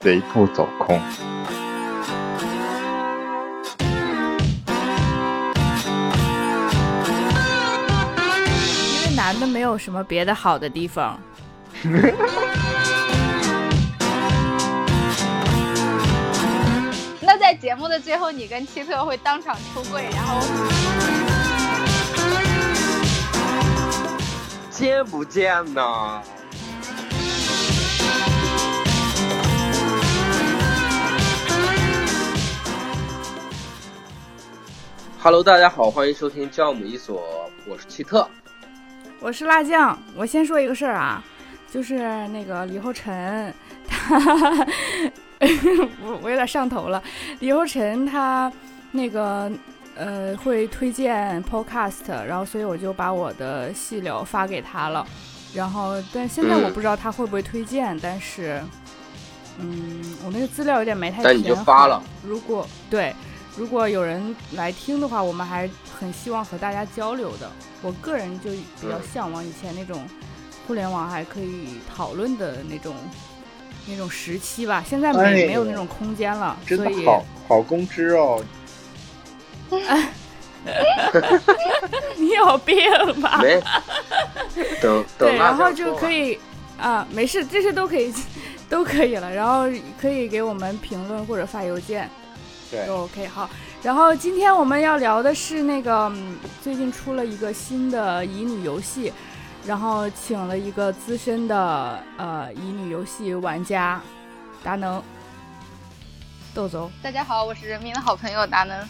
贼不走空。 因为男的没有什么别的好的地方。 那在节目的最后，你跟希特会当场出柜，然后见不见呢？Hello， 大家好，欢迎收听教母一所，我是希特， 我是辣酱。我先说一个事儿啊，就是那个李厚辰，他我有点上头了。李厚辰他那个会推荐 podcast， 然后所以我就把我的细聊发给他了。然后但现在我不知道他会不会推荐，但是我那个资料有点没太填好， 但你就发了。 如果有人来听的话，我们还很希望和大家交流的。我个人就比较向往以前那种互联网还可以讨论的那种时期吧。现在没有那种空间了， 真的所以好公知哦。 你有病吧？ 没等对，然后就可以啊，没事，这些都可以了。然后可以给我们评论或者发邮件。 对， 都 OK 好。然后今天我们要聊的是那个最近出了一个新的乙女游戏，然后请了一个资深的乙女游戏玩家达能豆走。 大家好，我是人民的好朋友达能。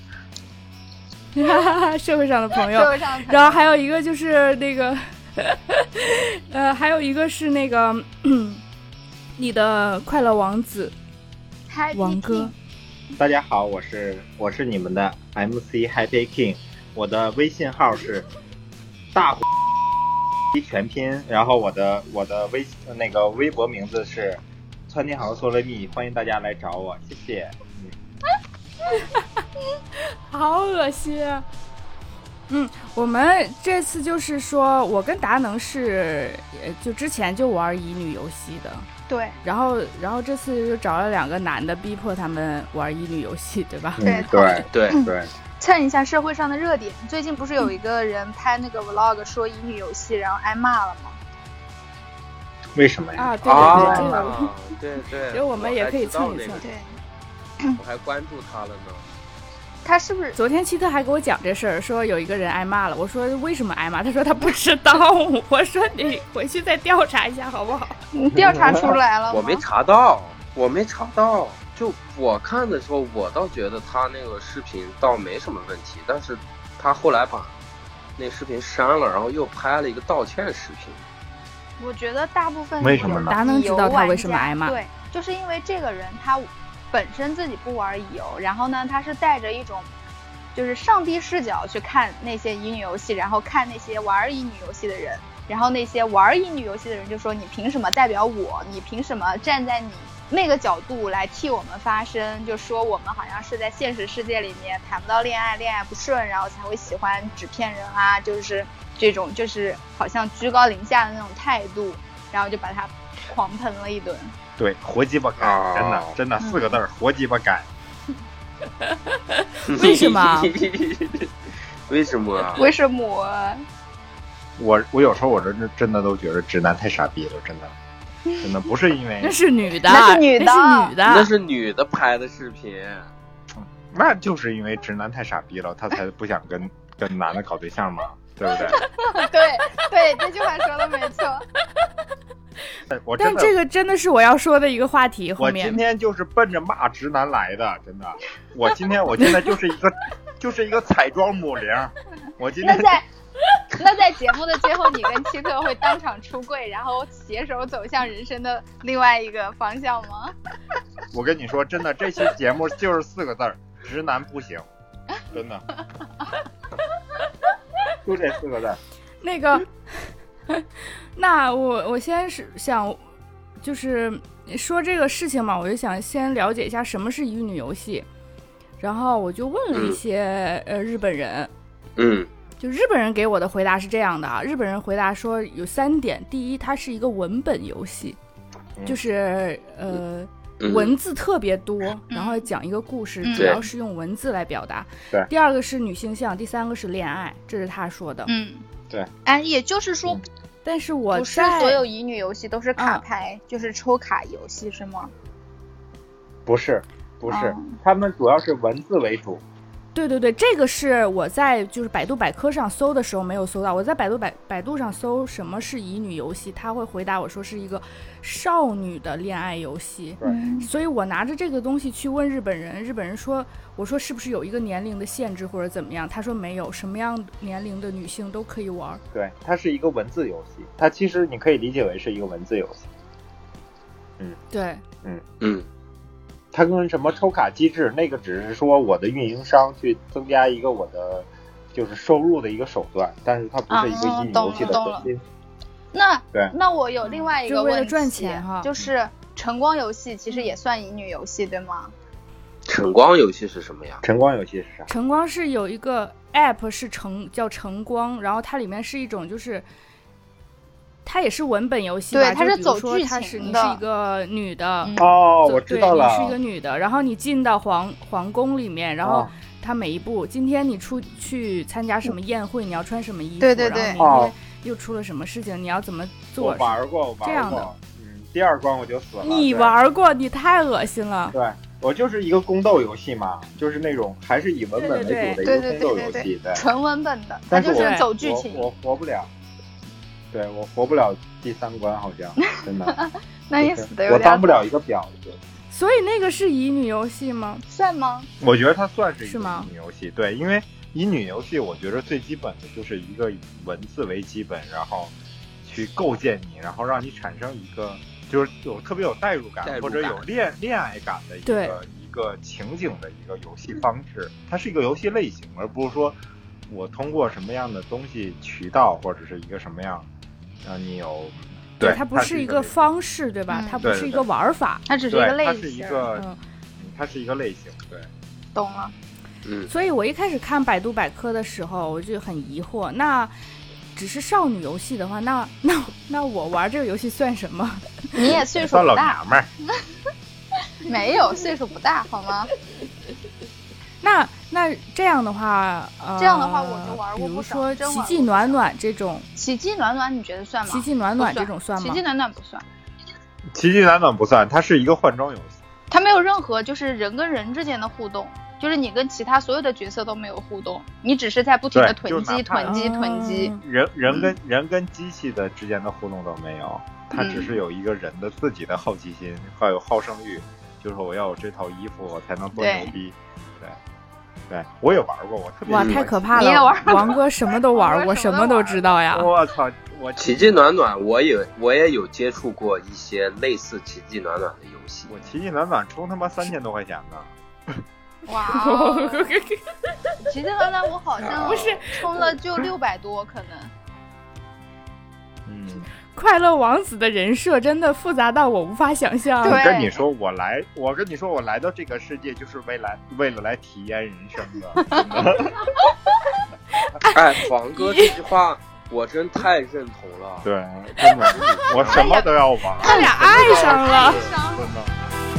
社会上的朋友，然后还有一个就是那个还有一个是那个你的快乐王子王哥。 大家好，我是你们的 MC Happy King， 我的微信号是大全拼，然后我的微博名字是窜天好说了蜜，欢迎大家来找我，谢谢。 好恶心啊。我们这次就是说我跟达能是就之前就玩乙女游戏的， 对， 然后这次就找了2个男的逼迫他们玩乙女游戏，对吧？ 对，蹭一下社会上的热点。最近不是有一个人拍那个 vlog 说乙女游戏然后挨骂了吗？ 为什么呀？ 啊，对，所以我们也可以蹭一蹭。 对， 我还关注他了呢。 他是不是昨天希特还给我讲这事儿，说有一个人挨骂了。我说为什么挨骂？他说他不知道。我说你回去再调查一下好不好？ 你调查出来了吗？ 我没查到。就我看的时候，我倒觉得他那个视频倒没什么问题，但是他后来把那视频删了，然后又拍了一个道歉视频。 我觉得大部分为什么呢？ 达能知道他为什么挨骂？ 对，就是因为这个人他本身自己不玩乙游，然后呢，他是带着一种就是上帝视角去看那些乙女游戏，然后看那些玩乙女游戏的人，然后那些玩乙女游戏的人就说你凭什么代表我？你凭什么站在你那个角度来替我们发声？就说我们好像是在现实世界里面谈不到恋爱不顺，然后才会喜欢纸片人啊，就是这种就是好像居高临下的那种态度，然后就把他狂喷了一顿。 对，活鸡巴改，真的4个字，活鸡巴改。 为什么？ 为什么啊？ 我有时候我真的都觉得直男太傻逼了，真的不是因为那是女的， 那是女的拍的视频， 那就是因为直男太傻逼了，他才不想跟男的搞对象嘛，对不对？ 对，这句话说的没错。 但这个真的是我要说的一个话题。后面我今天就是奔着骂直男来的，真的。我现在就是一个彩妆母零。我今天那在节目的最后，你跟希特会当场出柜，然后携手走向人生的另外一个方向吗？ 我跟你说，真的，这期节目就是4个字，直男不行，真的，就这4个字。 那个。那我先是想就是说这个事情嘛，我就想先了解一下什么是乙女游戏，然后我就问了一些日本人，就日本人给我的回答是这样的啊，日本人回答说有3点，第一，它是一个文本游戏，就是文字特别多，然后讲一个故事，主要是用文字来表达。 对。 第二个是女性向，第三个是恋爱，这是他说的。 对。 哎，也就是说， 但是我不是所有乙女游戏都是卡牌，就是抽卡游戏是吗？ 不是，他们主要是文字为主。 对，这个是我在就是百度百科上搜的时候没有搜到。我在百度上搜什么是乙女游戏，他会回答我说是一个少女的恋爱游戏。所以我拿着这个东西去问日本人，日本人说，我说是不是有一个年龄的限制或者怎么样？他说没有，什么样年龄的女性都可以玩。 对，它是一个文字游戏，它其实你可以理解为是一个文字游戏。 对， 它跟什么抽卡机制，那个只是说我的运营商去增加一个我的就是收入的一个手段，但是它不是一个乙女游戏的核心。 那我有另外一个问题， 为了赚钱哈， 就是晨光游戏其实也算乙女游戏对吗？ 晨光游戏是什么呀？ 晨光游戏是啥？ 晨光是有一个 app 是叫晨光，然后它里面是一种就是它也是文本游戏吧， 对，它是走剧情的。你是一个女的， 我知道了， 你是一个女的，然后你进到皇宫里面，然后它每一步，今天你出去参加什么宴会，你要穿什么衣服， 对， 然后明天又出了什么事情，你要怎么做？ 我玩过这样的。 第二关我就死了。 你玩过？你太恶心了。 对，我就是一个宫斗游戏嘛，就是那种还是以文本为主的一个宫斗游戏，对， 纯文本的， 但是就是走剧情。 我活不了。对，我活不了第3关，好像真的。 那也死的有点。 我当不了一个婊子。 所以那个是乙女游戏吗？ 算吗？ 我觉得它算是一个乙女游戏，对，因为乙女游戏我觉得最基本的就是一个以文字为基本，然后去构建你，然后让你产生一个就是有特别有代入感或者有恋爱感的一个情景的一个游戏方式。它是一个游戏类型，而不是说我通过什么样的东西渠道或者是一个什么样让你有。对， 它不是一个方式，对吧？它不是一个玩法， 它只是一个类型。 它是一个类型，对。 懂了。 所以我一开始看百度百科的时候，我就很疑惑，那只是少女游戏的话，那我玩这个游戏算什么？ 你也岁数不大，没有岁数不大，好吗？ 那这样的话， 我就玩过不少。 比如说奇迹暖暖这种， 奇迹暖暖你觉得算吗？ 奇迹暖暖这种算吗？ 奇迹暖暖不算。 奇迹暖暖不算，它是一个换装游戏。 它没有任何就是人跟人之间的互动，就是你跟其他所有的角色都没有互动，你只是在不停的囤积。 人跟机器的之间的互动都没有，它只是有一个人的自己的好奇心，还有好胜欲，就是我要有这套衣服我才能多牛逼。对，我也玩过，我特别哇，太可怕了！王哥什么都玩过，什么都知道呀！ 我操， 奇迹暖暖，我也有接触过一些类似奇迹暖暖的游戏。 我奇迹暖暖充他妈3000多块钱呢！ 哇、哦，奇迹暖暖我好像不是充了就600多，可能。 快乐王子的人设真的复杂到我无法想象。 我跟你说，我来到这个世界就是为了来体验人生的。真的哎，王哥这句话我真太认同了。 对，真的，我什么都要玩。 他俩爱上了， 真的。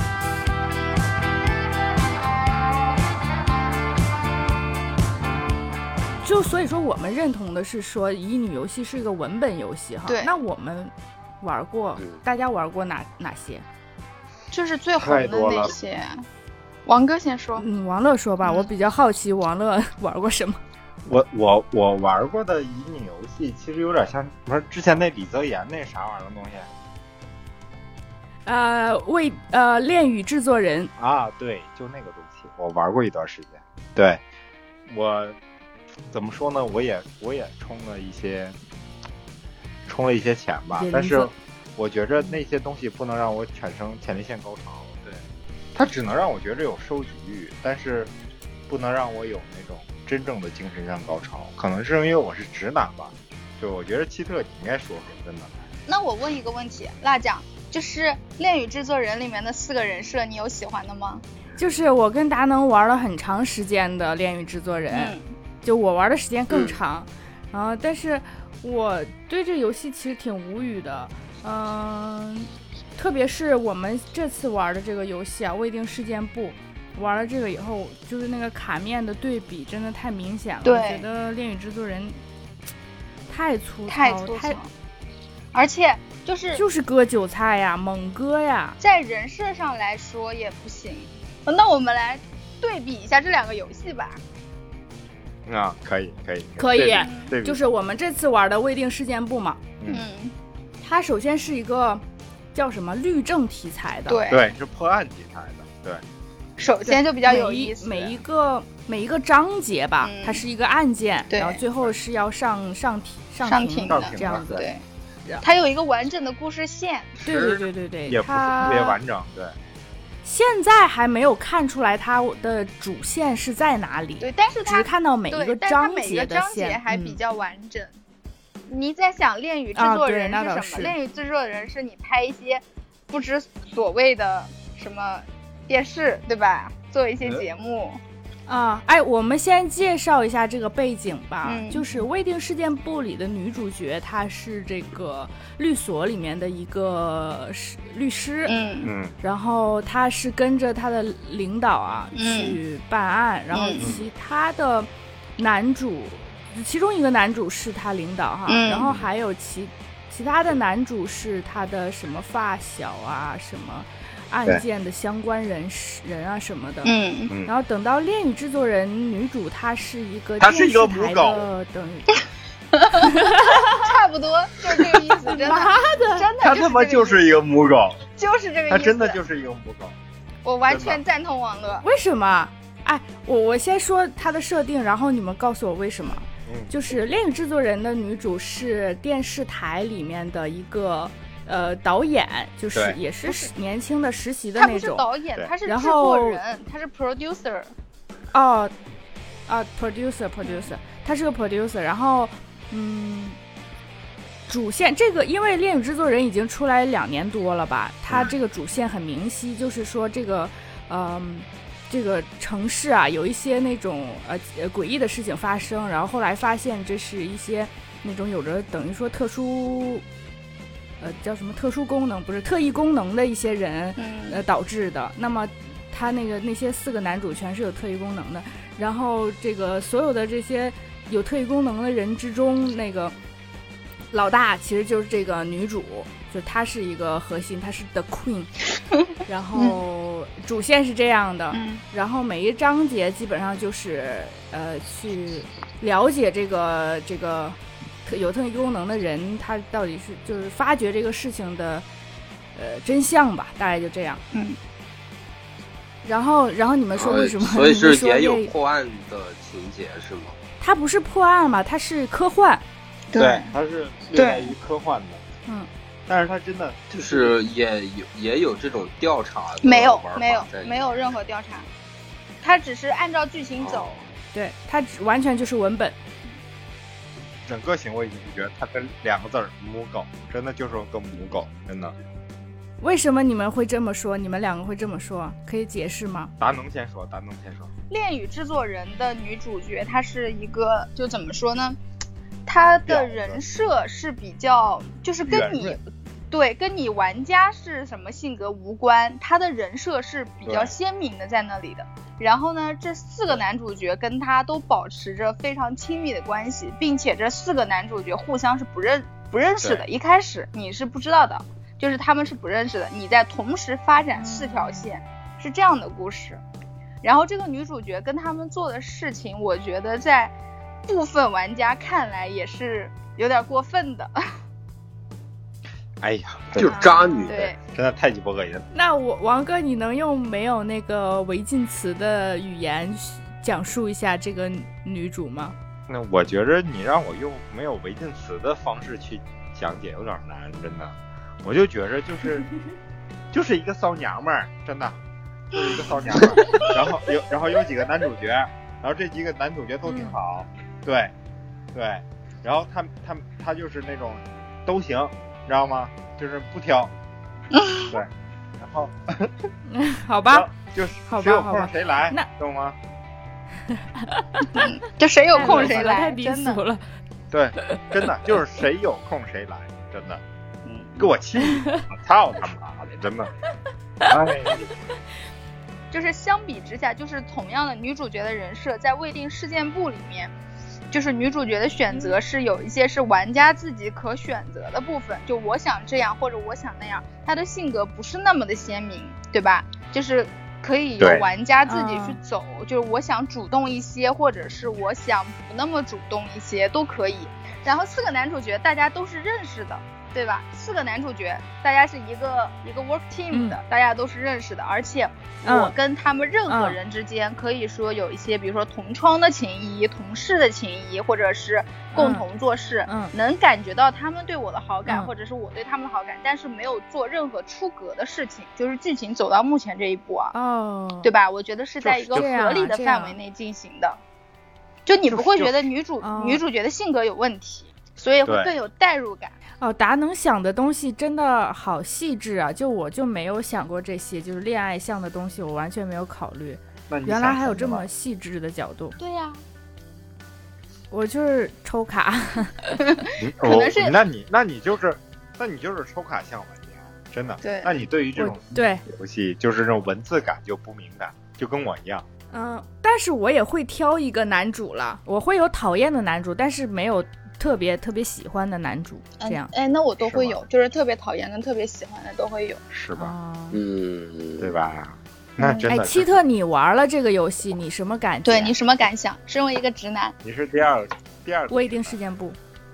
就所以说，我们认同的是说，乙女游戏是一个文本游戏哈。 对。 那我们玩过，大家玩过哪些？ 就是最红的那些。王哥先说。 王乐说吧，我比较好奇王乐玩过什么。 我玩过的乙女游戏，其实有点像什么之前那李泽言那啥玩意儿的东西。 恋与制作人啊，对，就那个东西，我玩过一段时间。对，我。怎么说呢？我也充了一些钱吧，但是我觉着那些东西不能让我产生前列腺高潮，对，它只能让我觉着有收集欲，但是不能让我有那种真正的精神上高潮。可能是因为我是直男吧，就我觉得奇特你应该说说真的。 那我问一个问题，辣酱，就是《恋与制作人》里面的4个人设，你有喜欢的吗？ 就是我跟达能玩了很长时间的《恋与制作人》。就我玩的时间更长，然后但是我对这游戏其实挺无语的， 特别是我们这次玩的这个游戏啊，未定事件簿，玩了这个以后，就是那个卡面的对比真的太明显了。 对， 我觉得恋与制作人太粗糙，而且就是割韭菜呀，猛割呀， 在人设上来说也不行。那我们来对比一下这2个游戏吧。 啊，可以， 对，就是我们这次玩的未定事件簿嘛。它首先是一个叫什么律政题材的， 对，是破案题材的，对。 首先就比较有意思， 每一个章节吧，它是一个案件，然后最后是要上庭的这样子。 对，它有一个完整的故事线。 对， 也不是特别完整。对， 现在还没有看出来它的主线是在哪里。 对，但是只看到每一个章节的线还比较完整。你在想恋与制作人是什么？恋与制作人是你拍一些不知所谓的什么电视，对吧？做一些节目我们先介绍一下这个背景吧。就是未定事件簿里的女主角，她是这个律所里面的一个律师。然后她是跟着她的领导去办案，然后其他的男主。其中一个男主是他领导然后还有其他的男主是他的什么发小啊，什么案件的相关人啊什么的。然后等到恋与制作人女主，她是一个电视台的，等于差不多就是这个意思，真的，真的， 她他妈就是一个母狗， 就是这个意思， 她真的就是一个母狗， 我完全赞同网乐。 为什么？我先说她的设定，然后你们告诉我为什么。就是恋与制作人的女主是电视台里面的一个导演，就是也是年轻的实习的那种。 她不是导演，她是制作人，她是 producer。 producer， 她是个 producer。然后主线这个，因为恋与制作人已经出来2年多了吧，她这个主线很明晰，就是说这个这个城市有一些那种诡异的事情发生，然后后来发现这是一些那种有着等于说特殊叫什么特殊功能，不是特异功能的一些人导致的。那么他那些4个男主全是有特异功能的，然后这个所有的这些有特异功能的人之中，那个老大其实就是这个女主，就她是一个核心，她是 the queen。然后主线是这样的，然后每一章节基本上就是去了解这个有特异功能的人，他到底是就是发掘这个事情的真相吧，大概就这样。然后你们说为什么？ 所以是也有破案的情节是吗？ 它不是破案嘛，它是科幻。 对，它是略带于科幻的。但是它真的就是也有这种调查的， 没有任何调查，它只是按照剧情走。 对，它完全就是文本。 整个行为，你觉得它跟2个字母狗，真的就是个母狗，真的。 为什么你们会这么说？你们2个会这么说，可以解释吗？ 达能先说。 恋与制作人的女主角，她是一个就怎么说呢？她的人设是比较，就是跟你玩家是什么性格无关，她的人设是比较鲜明的在那里的。然后呢，这4个男主角跟她都保持着非常亲密的关系，并且这4个男主角互相是不认识的。一开始你是不知道的，就是他们是不认识的。你在同时发展4条线，是这样的故事。然后这个女主角跟他们做的事情，我觉得在部分玩家看来也是有点过分的。 哎呀， 就是渣女， 对， 真的太鸡巴恶心了。 那王哥，你能用没有那个违禁词的语言讲述一下这个女主吗？ 那我觉着你让我用没有违禁词的方式去讲解有点难，真的。我就觉着就是一个骚娘们儿，真的就是一个骚娘们儿。然后有几个男主角，然后这几个男主角都挺好，对，然后他就是那种都行，知道吗？就是不挑，对，然后好吧， 就是谁有空谁来，懂吗？ 就谁有空谁来， 太低俗了。 对，真的就是谁有空谁来，真的。 给我气！操他妈的，真的！哎， 就是相比之下，就是同样的女主角的人设，在未定事件簿里面，就是女主角的选择是有一些是玩家自己可选择的部分，就我想这样或者我想那样，她的性格不是那么的鲜明，对吧？就是可以由玩家自己去走，就是我想主动一些，或者是我想不那么主动一些都可以。然后4个男主角大家都是认识的，对吧？4个男主角大家是一个 work team 的，大家都是认识的，而且我跟他们任何人之间可以说有一些比如说同窗的情谊、同事的情谊，或者是共同做事，能感觉到他们对我的好感，或者是我对他们的好感，但是没有做任何出格的事情，就是剧情走到目前这一步啊，对吧？我觉得是在一个合理的范围内进行的，就你不会觉得女主角的性格有问题，所以会更有代入感。 达能想的东西真的好细致啊！我就没有想过这些，就是恋爱向的东西，我完全没有考虑。原来还有这么细致的角度。 对呀， 我就是抽卡。 可能是那你就是抽卡向玩家，真的。 对。 那你对于这种游戏，就是这种文字感就不敏感，就跟我一样。 但是我也会挑一个男主了，我会有讨厌的男主，但是没有特别喜欢的男主，这样。 那我都会有，就是特别讨厌跟特别喜欢的都会有， 是吧？对吧？那真的。 希特，你玩了这个游戏，你什么感觉？ 对你什么感想？身为一个直男， 你是第二个。 未定事件簿。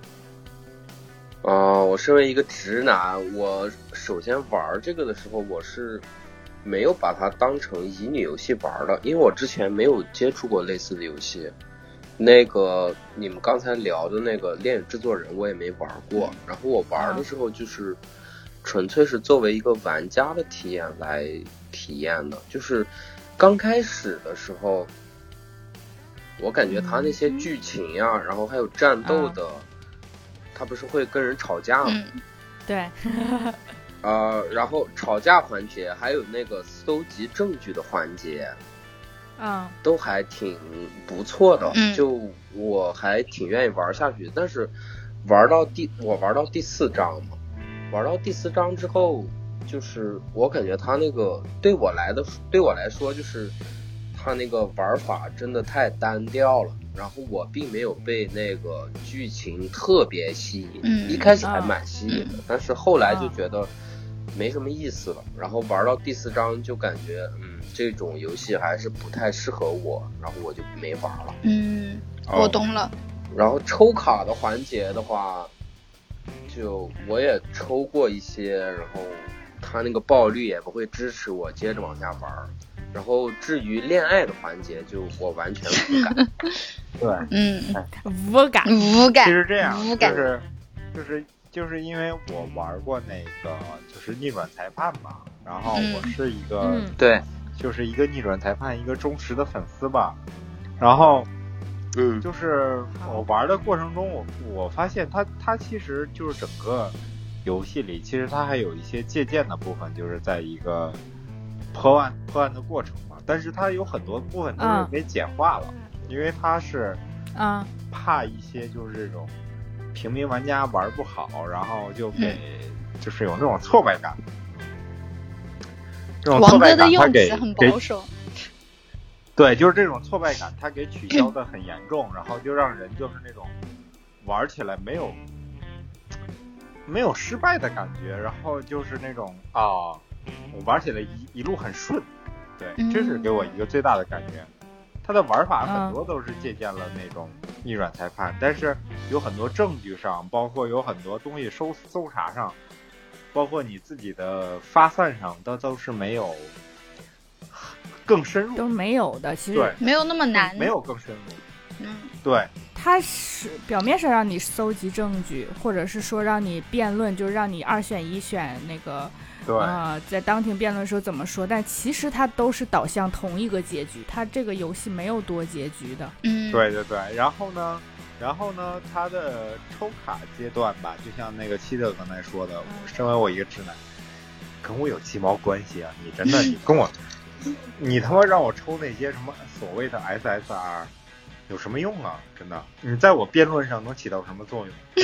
我身为一个直男，我首先玩这个的时候，我是没有把它当成乙女游戏玩的，因为我之前没有接触过类似的游戏。那个你们刚才聊的那个恋与制作人我也没玩过，然后我玩的时候就是纯粹是作为一个玩家的体验来体验的。就是刚开始的时候我感觉他那些剧情呀，然后还有战斗的，他不是会跟人吵架吗？ 对。 然后吵架环节还有那个搜集证据的环节，都还挺不错的，就我还挺愿意玩下去。但是我玩到第4章嘛，玩到第4章之后，就是我感觉他那个对我来说，就是他那个玩法真的太单调了，然后我并没有被那个剧情特别吸引，一开始还蛮吸引的，但是后来就觉得没什么意思了，然后玩到第4章就感觉这种游戏还是不太适合我，然后我就没玩了。 我懂了。 然后抽卡的环节的话，就我也抽过一些，然后他那个爆率也不会支持我接着往下玩。然后至于恋爱的环节，就我完全无感。 对， 无感。 其实这样，就是因为我玩过那个就是逆转裁判嘛，然后我是一个对， 就是一个逆转裁判一个忠实的粉丝吧，然后就是我玩的过程中，我发现它其实就是整个游戏里，其实它还有一些借鉴的部分，就是在一个破案的过程嘛，但是它有很多部分都是给简化了，因为它是怕一些就是这种平民玩家玩不好，然后就给就是有那种挫败感。这种挫败感他给很保守。 对，就是这种挫败感他给取消的很严重，然后就让人就是那种玩起来没有失败的感觉，然后就是那种我玩起来一路很顺。对，这是给我一个最大的感觉。他的玩法很多都是借鉴了那种逆转裁判，但是有很多证据上，包括有很多东西搜查上，包括你自己的发散上，都是没有更深入， 都没有的。其实对， 没有那么难， 没有更深入。对， 它是表面上让你搜集证据，或者是说让你辩论，就是让你2选1选那个。 对， 在当庭辩论的时候怎么说？但其实它都是导向同一个结局，它这个游戏没有多结局的。 对对对。然后呢，它的抽卡阶段吧，就像那个希特刚才说的，身为我一个直男，跟我有鸡毛关系啊！你真的，你跟我，你他妈让我抽那些什么所谓的 SSR， 有什么用啊？真的，你在我辩论上能起到什么作用？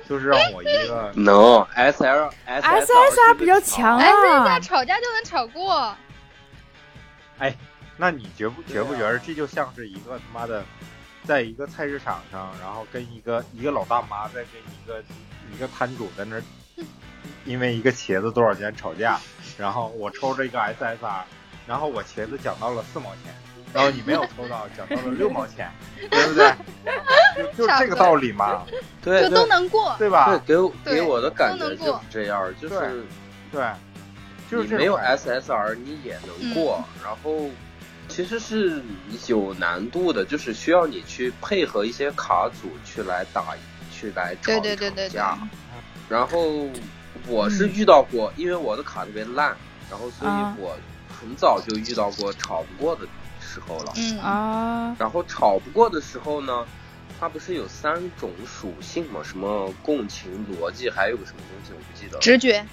就是让我一个 no SSR 比较强哎， 啊在吵架就能吵过。 哎，那你觉不觉得这就像是一个他妈的，在一个菜市场上，然后跟一个老大妈在跟一个摊主在那儿，因为一个茄子多少钱吵架，然后我抽着一个 SSR， 然后我茄子讲到了4毛钱，然后你没有抽到，讲到了6毛钱，对不对？就这个道理嘛， 对， 就都能过， 对吧？ 对，给我的感觉就是这样，就是对，就是你没有 SSR 你也能过，然后其实是有难度的，就是需要你去配合一些卡组去来吵架。然后我是遇到过，因为我的卡特别烂，然后所以我很早就遇到过吵不过的时候了。然后吵不过的时候呢，它不是有3种属性吗？什么共情、逻辑，还有个什么东西我不记得了。 直觉。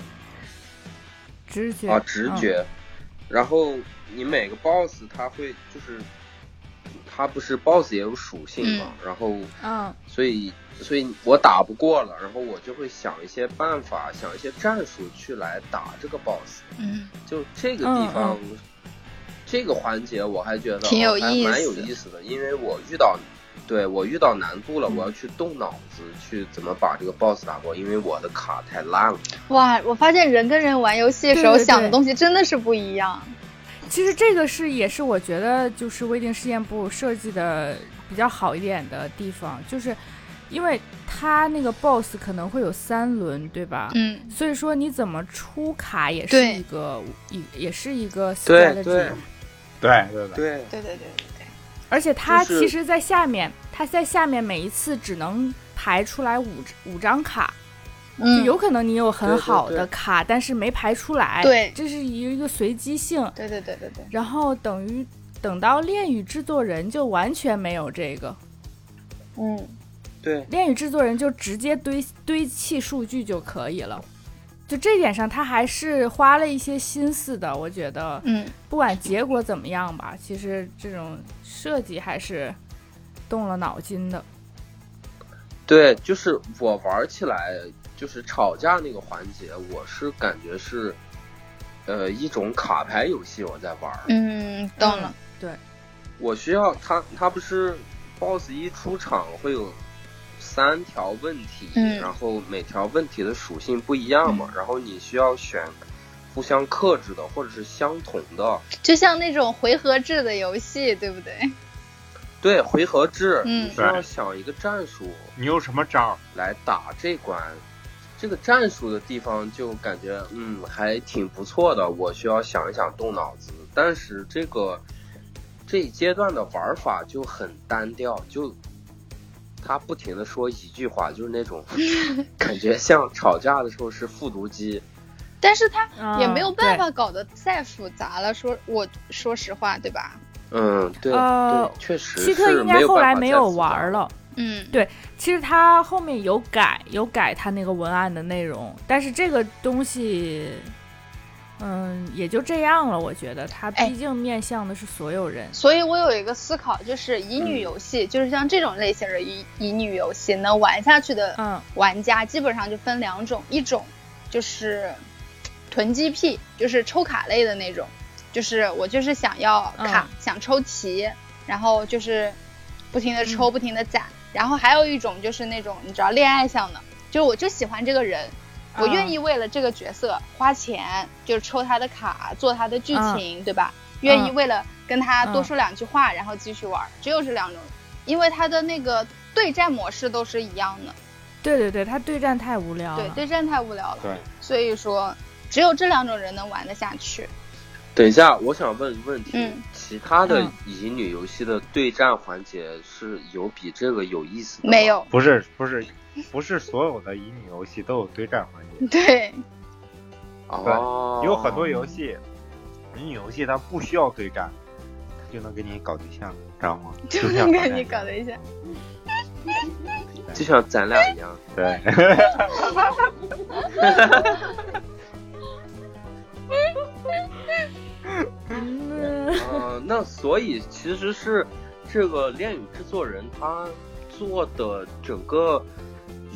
啊，直觉。然后你每个 boss 它会就是它不是 boss 也有属性嘛，然后所以我打不过了，然后我就会想一些办法，想一些战术去来打这个 boss。就这个地方，这个环节我还觉得挺有意思， 还蛮有意思的，因为我遇到难度了，我要去动脑子去怎么把这个 boss 打过，因为我的卡太烂了。 哇，我发现人跟人玩游戏的时候想的东西真的是不一样。 其实这个也是我觉得就是微定试验部设计的比较好一点的地方，就是因为它那个 boss 可能会有3轮，对吧？所以说你怎么出卡也是一个strategy。 对。 而且它其实在下面，每一次只能排出来5张卡。就有可能你有很好的卡，但是没排出来， 对， 这是一个随机性， 对。 然后等到恋与制作人就完全没有这个， 对， 恋与制作人就直接堆砌数据就可以了，就这点上他还是花了一些心思的，我觉得，不管结果怎么样吧，其实这种设计还是动了脑筋的。 对，就是我玩起来。就是吵架那个环节，我是感觉是，一种卡牌游戏我在玩。 懂了。 对， 我需要它不是 BOSS 一出场会有3条问题，然后每条问题的属性不一样嘛，然后你需要选互相克制的或者是相同的， 就像那种回合制的游戏，对不对？ 对，回合制，你需要想一个战术， 你有什么招来打这关。这个战术的地方就感觉还挺不错的，我需要想一想动脑子，但是这一阶段的玩法就很单调，就他不停的说一句话，就是那种感觉像吵架的时候是复读机， 但是他也没有办法搞得再复杂了，我说实话，对吧？ 对，确实希特应该后来没有玩了。对，其实他后面有改他那个文案的内容，但是这个东西，也就这样了。我觉得他毕竟面向的是所有人， 所以我有一个思考，就是乙女游戏，就是像这种类型的乙女游戏能玩下去的玩家，基本上就分2种，一种就是囤积癖，就是抽卡类的那种，就是我就是想要卡，想抽齐，然后就是不停的抽，不停的攒。然后还有一种就是那种你知道恋爱向的，就是我就喜欢这个人，我愿意为了这个角色花钱，就是抽他的卡，做他的剧情，对吧？愿意为了跟他多说2句话，然后继续玩，只有这2种，因为他的那个对战模式都是一样的。 对，他对战太无聊了。 对，对战太无聊了。 对， 所以说只有这2种人能玩得下去。 等一下，我想问问题，其他的乙女游戏的对战环节是有比这个有意思的吗？ 没有， 不是所有的乙女游戏都有对战环节。 对， 有很多游戏，乙女游戏它不需要对战，它就能给你搞对象，知道吗？ 就能给你搞对象， 就像咱俩一样。 对。 那所以其实是这个恋与制作人他做的整个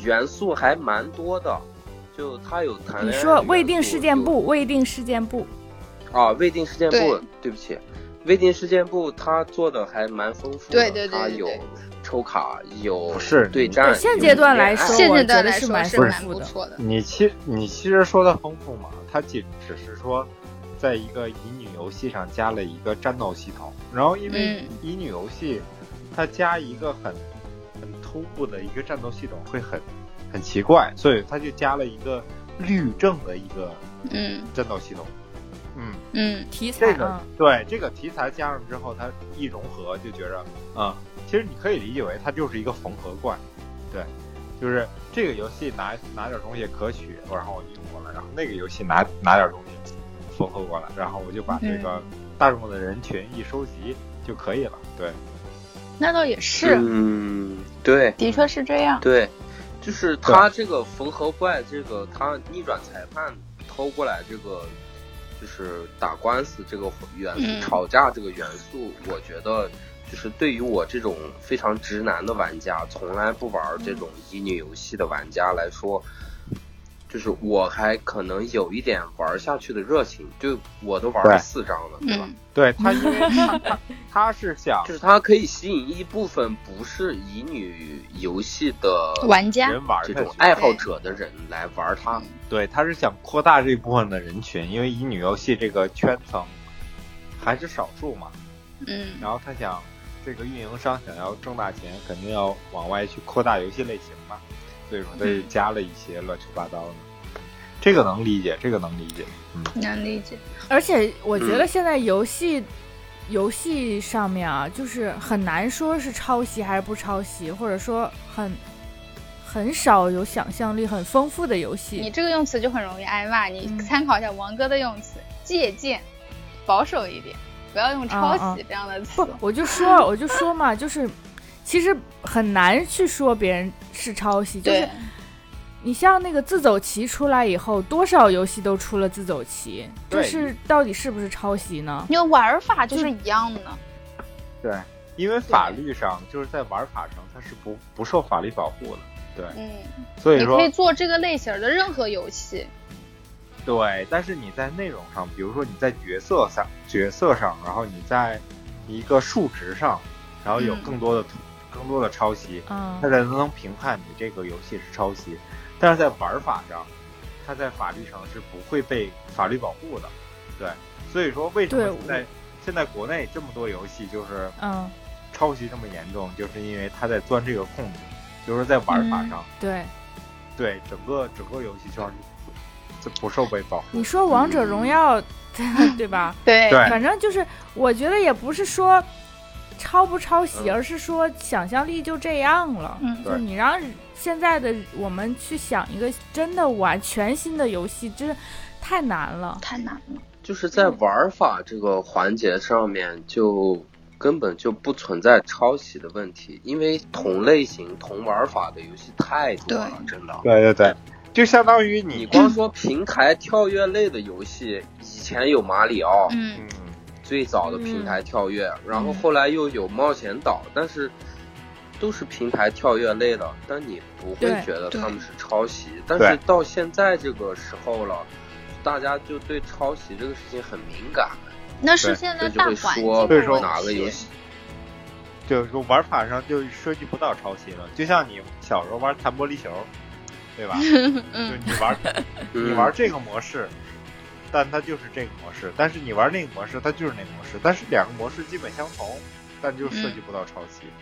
元素还蛮多的，就它有谈恋爱。 你说未定事件簿，未定事件簿啊，未定事件簿，对不起，未定事件簿它做的还蛮丰富的， 对， 它有抽卡，有是对战。 现阶段来说， 现阶段来说蛮丰富的。 你其实说的丰富嘛，它只是说，在一个乙女游戏上加了一个战斗系统，然后因为乙女游戏，它加一个很突兀的一个战斗系统会很奇怪，所以它就加了一个律政的一个战斗系统。 题材这个题材加上之后，它一融合就觉着其实你可以理解为它就是一个缝合怪，对，就是这个游戏拿点东西可取，然后我用过来，然后那个游戏拿点东西缝合过来，然后我就把这个大众的人群一收集就可以了，对。 那倒也是， 对， 的确是这样， 对，就是他这个缝合怪，这个他逆转裁判偷过来这个。就是打官司这个元素，吵架这个元素，我觉得就是对于我这种非常直男的玩家，从来不玩这种乙女游戏的玩家来说，就是我还可能有一点玩下去的热情，就我都玩了4章了，对吧？ 对他，因为他是想， 就是他可以吸引一部分不是乙女游戏的玩家， 人玩这种爱好者的人来玩它。 对，他是想扩大这一部分的人群，因为乙女游戏这个圈层还是少数嘛。然后他想，这个运营商想要挣大钱，肯定要往外去扩大游戏类型嘛，所以说他就加了一些乱七八糟的。这个能理解， 能理解。 而且我觉得现在游戏上面啊，就是很难说是抄袭还是不抄袭，或者说很少有想象力很丰富的游戏。 你这个用词就很容易挨骂，你参考一下王哥的用词，借鉴，保守一点，不要用抄袭这样的词。 不，我就说嘛，就是其实很难去说别人是抄袭，就是你像那个自走棋出来以后，多少游戏都出了自走棋，这是到底是不是抄袭呢？ 因为玩法就是一样的。 对，因为法律上就是在玩法上它是不受法律保护的。对，所以说你可以做这个类型的任何游戏。 对，但是你在内容上，比如说你在角色上，然后你在一个数值上，然后有更多的抄袭，它才能评判你这个游戏是抄袭。但是在玩法上，它在法律上是不会被法律保护的。对，所以说为什么现在国内这么多游戏就是抄袭这么严重，就是因为它在钻这个空子。就是在玩法上， 对， 整个游戏圈是不受被保护。 你说王者荣耀，对吧？ 对， 反正就是我觉得也不是说抄不抄袭，而是说想象力就这样了。就你让现在的我们去想一个真的玩全新的游戏，真太难了， 太难了。 就是在玩法这个环节上面就。根本就不存在抄袭的问题，因为同类型同玩法的游戏太多了，真的。 对，就相当于你光说平台跳跃类的游戏，以前有马里奥，最早的平台跳跃，然后后来又有冒险岛，但是都是平台跳跃类的，但你不会觉得他们是抄袭。但是到现在这个时候了，大家就对抄袭这个事情很敏感。 那是现在大环境的问题， 哪个游戏就是说玩法上就涉及不到抄袭了，就像你小时候玩弹玻璃球，对吧？就你玩这个模式，但它就是这个模式，但是你玩那个模式，它就是那个模式，但是两个模式基本相同，但就涉及不到抄袭。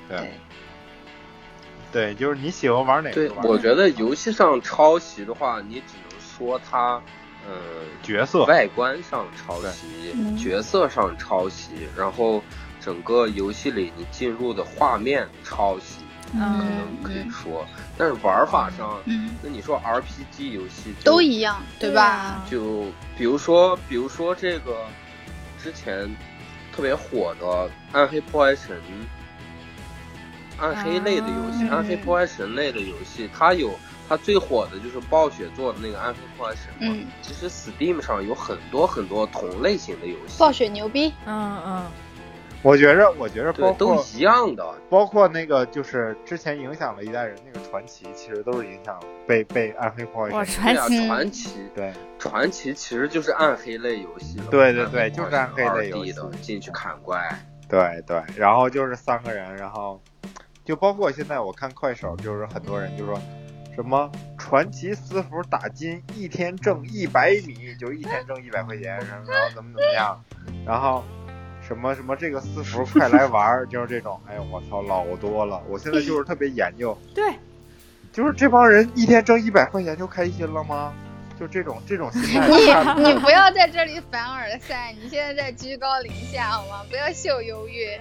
对，就是你喜欢玩哪个？ 对，我觉得游戏上抄袭的话，你只能说它。 角色外观上抄袭，角色上抄袭，然后整个游戏里你进入的画面抄袭，可能可以说，但是玩法上，那你说 RPG 游戏都一样，对吧？ 就比如说这个之前特别火的暗黑破坏神，暗黑类的游戏，暗黑破坏神类的游戏，它最火的就是暴雪做的那个暗黑破坏神嘛。其实 Steam 上有很多同类型的游戏。 暴雪牛逼。 我觉着包括都一样的， 包括那个就是之前影响了一代人那个传奇，其实都是影响被暗黑破坏。 哇， 传奇对， 传奇其实就是暗黑类游戏了。 对，就是暗黑类游戏的，进去砍怪。 对，然后就是3个人，然后就包括现在我看快手，就是很多人就说什么传奇私服打金1天挣100米，就1天挣100块钱，然后怎么样，然后什么这个私服快来玩，就是这种。哎呦我操，老多了！我现在就是特别研究， 对， 就是这帮人1天挣100块钱就开心了吗？就这种心态。 你不要在这里凡尔赛，你现在在居高临下好吗？不要秀优越。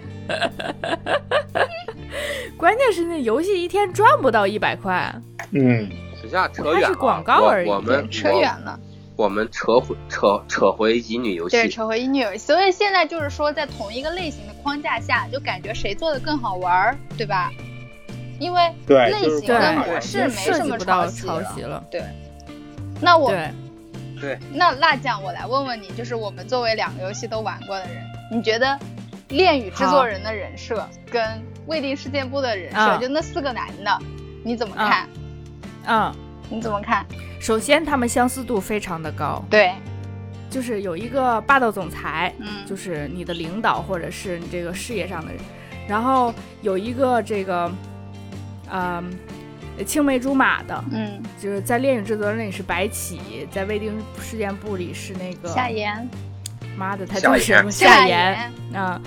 关键是那游戏1天赚不到100块。 嗯， 等下扯远了， 它是广告而已。 我们扯远了。 我们扯回乙女游戏。 对，扯回乙女游戏。所以现在就是说，在同一个类型的框架下，就感觉谁做的更好玩，对吧？因为类型跟模式没什么抄袭了。对。那那辣酱，我来问问你，就是我们作为2个游戏都玩过的人，你觉得恋与制作人的人设跟未定事件簿的人设，就那4个男的，你怎么看？你怎么看？ 首先，他们相似度非常的高。 对， 就是有一个霸道总裁，就是你的领导或者是你这个事业上的人，然后有一个这个，青梅竹马的，就是在恋与制作人里是白起，在未定事件簿里是那个夏言。 妈的，他叫什么？夏言啊。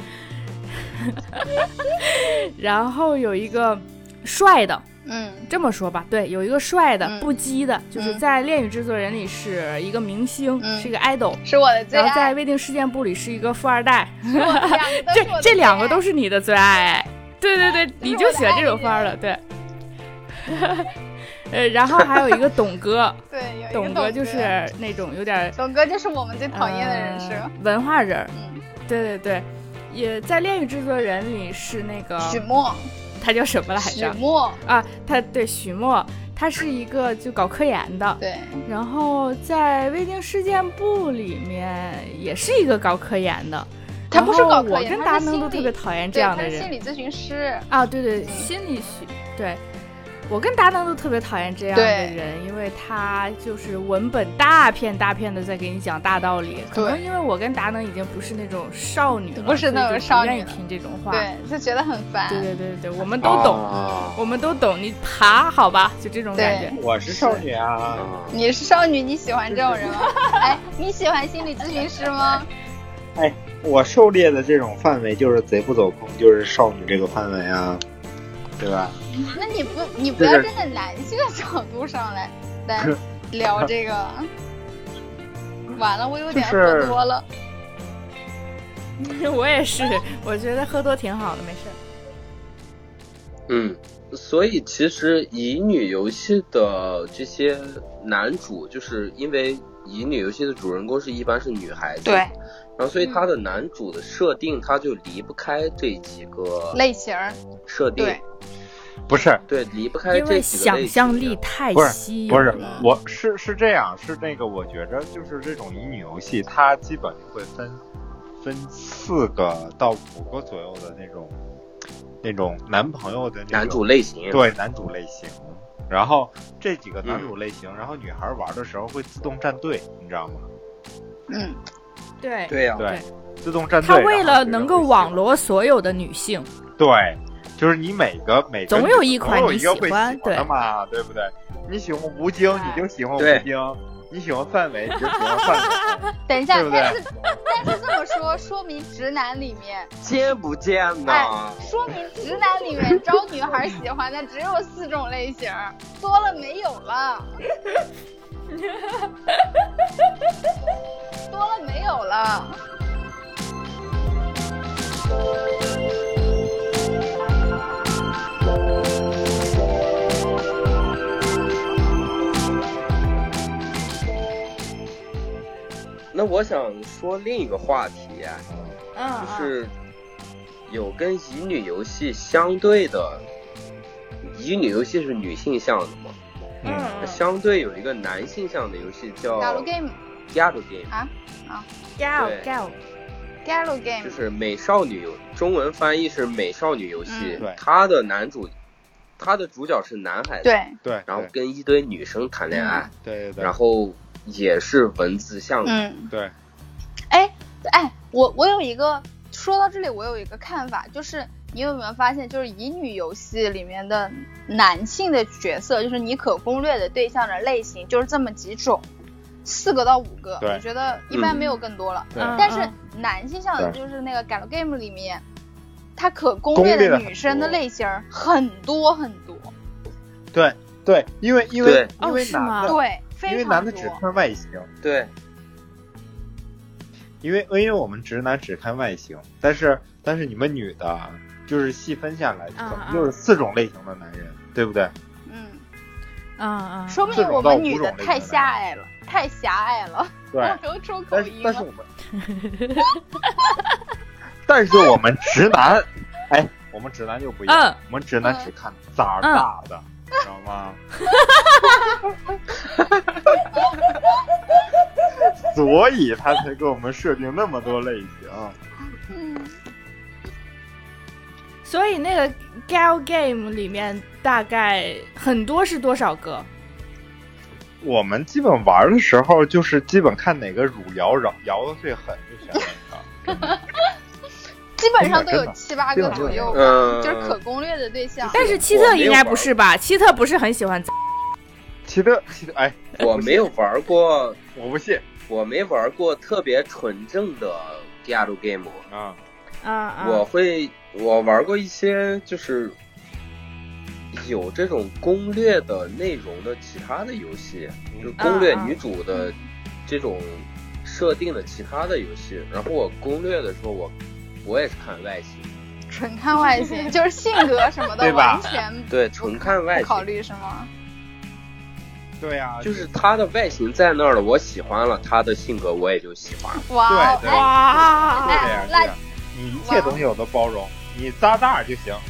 然后有一个帅的，这么说吧，对，有一个帅的，不羁的，就是在恋与制作人里是一个明星，是一个 idol， 是我的最爱。 然后在未定事件簿里是一个富2代， 这 2个都是你的最爱。对，你就喜欢这种范儿的，对。然后还有一个董哥， 对， 董哥就是那种有点， 董哥就是我们最讨厌的人设， 文化人。对，也在恋与制作人里是那个许墨， 他叫什么来着？ 许墨啊，许墨，他是一个就搞科研的， 对。 然后在未定事件簿里面也是一个搞科研的。 他不是搞科研， 我跟达能都特别讨厌这样的人。 他是心理咨询师啊，对，心理学，对。我跟达能都特别讨厌这样的人，因为他就是文本大片的在给你讲大道理。可能因为我跟达能已经不是那种少女了， 不是那种少女， 不愿意听这种话， 对，就觉得很烦。 对，我们都懂，我们都懂。你爬好吧，就这种感觉。 我是少女啊， 你是少女，你喜欢这种人吗？哎，你喜欢心理咨询师吗？ 哎，我狩猎的这种范围就是贼不走空，就是少女这个范围啊。对吧？ 那你不要站在男性的角度上来聊这个，完了，我有点喝多了。 我也是，我觉得喝多挺好的，没事。所以其实乙女游戏的这些男主，就是因为乙女游戏的主人公一般是女孩子， 对， 然后所以他的男主的设定他就离不开这几个类型设定。 对。 不是， 对，离不开这几个类型， 因为想象力太稀有了。不是，是这样，是那个，我觉着就是这种乙女游戏，它基本会分4个到5个左右的那种男朋友的男主类型， 对，男主类型。然后这几个男主类型，然后女孩玩的时候会自动站队，你知道吗？ 对呀， 对，自动站队。 他为了能够网罗所有的女性， 对。就是你每个总有一款你喜欢的嘛，对不对？你喜欢吴京，你就喜欢吴京；你喜欢范伟，你就喜欢范伟。 等一下， 对对， 但是这么说，说明直男里面贱不贱呢？ 说明直男里面招女孩喜欢的只有4种类型，多了没有了。多了没有了。 那我想说另一个话题就是有跟乙女游戏相对的，乙女游戏是女性向的嘛，相对有一个男性向的游戏叫 Galgame 啊，Galgame 对， Galgame 对， Galgame 对， Galgame 就是美少女游，中文翻译是美少女游戏。 对， 它的主角是男孩子， 对， 然后跟一堆女生谈恋爱， 对， 然后也是文字向的， 对。 哎，我有一个，说到这里我有一个看法，就是你有没有发现，就是乙女游戏里面的男性的角色，就是你可攻略的对象的类型就是这么几种，4个到5个，我觉得一般没有更多了。但是男性向的就是那个 Galgame 里面，它可攻略的女生的类型很多很多。 对，因为男的， 对，非常多， 因为男的只看外形， 对。 因为我们直男只看外形，但是你们女的，就是细分下来，可能就是4种类型的男人，对不对？ 说明我们女的太狭隘了，太狭隘了。 对， 我出口音了。 但是我们直男，我们直男就不一样，我们直男只看崽大的，知道吗？所以他才给我们设定那么多类型。 所以那个 Galgame 里面大概很多是多少个？ 我们基本玩的时候就是基本看哪个乳摇的最狠就选哪个。 基本上都有7、8个左右，就是可攻略的对象。 但是希特应该不是吧？希特不是很喜欢。 希特， 我没有玩过， 我不信， 我没玩过特别纯正的 Galgame 我玩过一些就是有这种攻略的内容的其他的游戏，就是攻略女主的这种设定的其他的游戏。然后我攻略的时候，我也是看外形， 纯看外形，就是性格什么的完全对，纯看外形考虑是吗？ 对呀， 就是他的外形在那儿了，我喜欢了他的性格，我也就喜欢了。 哇， 对，这样，你一切东西我都包容，你咂大就行。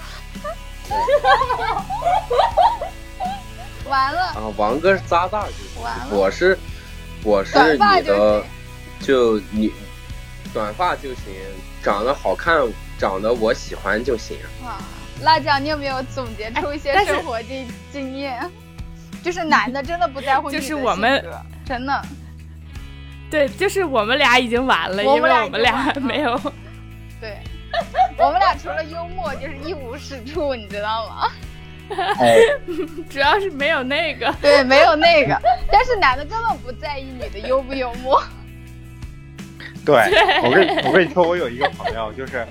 完了啊，王哥是咂大就行， 完了， 我是你的，就你短发就行，长得好看，长得我喜欢就行。 哇，辣椒，你有没有总结出一些生活经验？就是男的真的不在乎女的性格，就是我们真的， 对，就是我们俩已经完了，因为我们俩没有， 对，我们俩除了幽默就是一无是处，你知道吗？ 主要是没有那个， 对，没有那个，但是男的根本不在意女的幽不幽默。 对，我跟你说，我有一个朋友，就是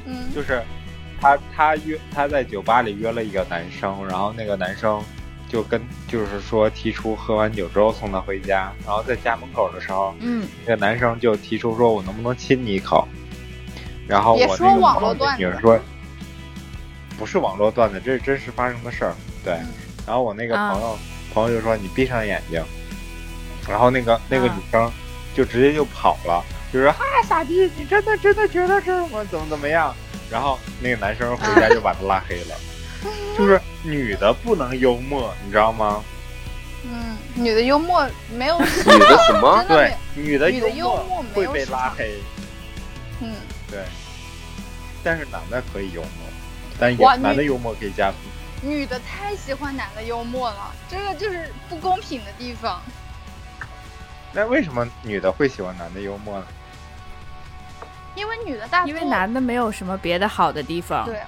他在酒吧里约了一个男生，然后那个男生就是说提出喝完酒之后送他回家，然后在家门口的时候，那个男生就提出说我能不能亲你一口，然后我那个朋友女人说不是网络段子，这是真实发生的事儿，对，然后我那个朋友就说你闭上眼睛，然后那个女生就直接就跑了，就说傻逼，你真的觉得是我怎么样，然后那个男生回家就把他拉黑了。就是女的不能幽默，你知道吗？ 女的幽默没有女的什么？ 对，女的幽默会被拉黑。对。但是男的可以幽默，但也男的幽默可以加分。 女的太喜欢男的幽默了，这个就是不公平的地方。 那为什么女的会喜欢男的幽默呢？ 因为女的因为男的没有什么别的好的地方。 对。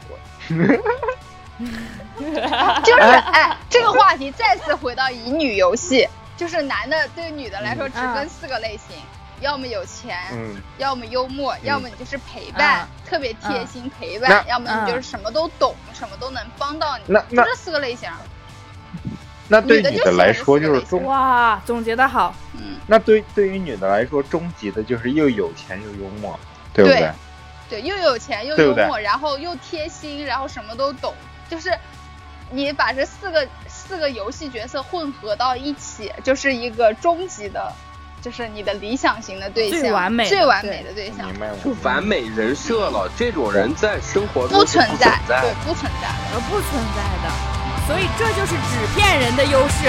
就是这个话题再次回到乙女游戏，就是男的对女的来说只分4个类型，要么有钱，要么幽默，要么你就是陪伴，特别贴心陪伴，要么你就是什么都懂，什么都能帮到你，就这4个类型。 那对女的来说就是哇，总结的好。 那对于女的来说，终极的就是又有钱又幽默，对不对？ 对，又有钱又幽默，然后又贴心，然后什么都懂，就是你把这四个游戏角色混合到一起，就是一个终极的，就是你的理想型的对象，最完美的对象， 就完美人设了。这种人在生活中不存在，对，不存在的， 不存在的，所以这就是纸片人的优势。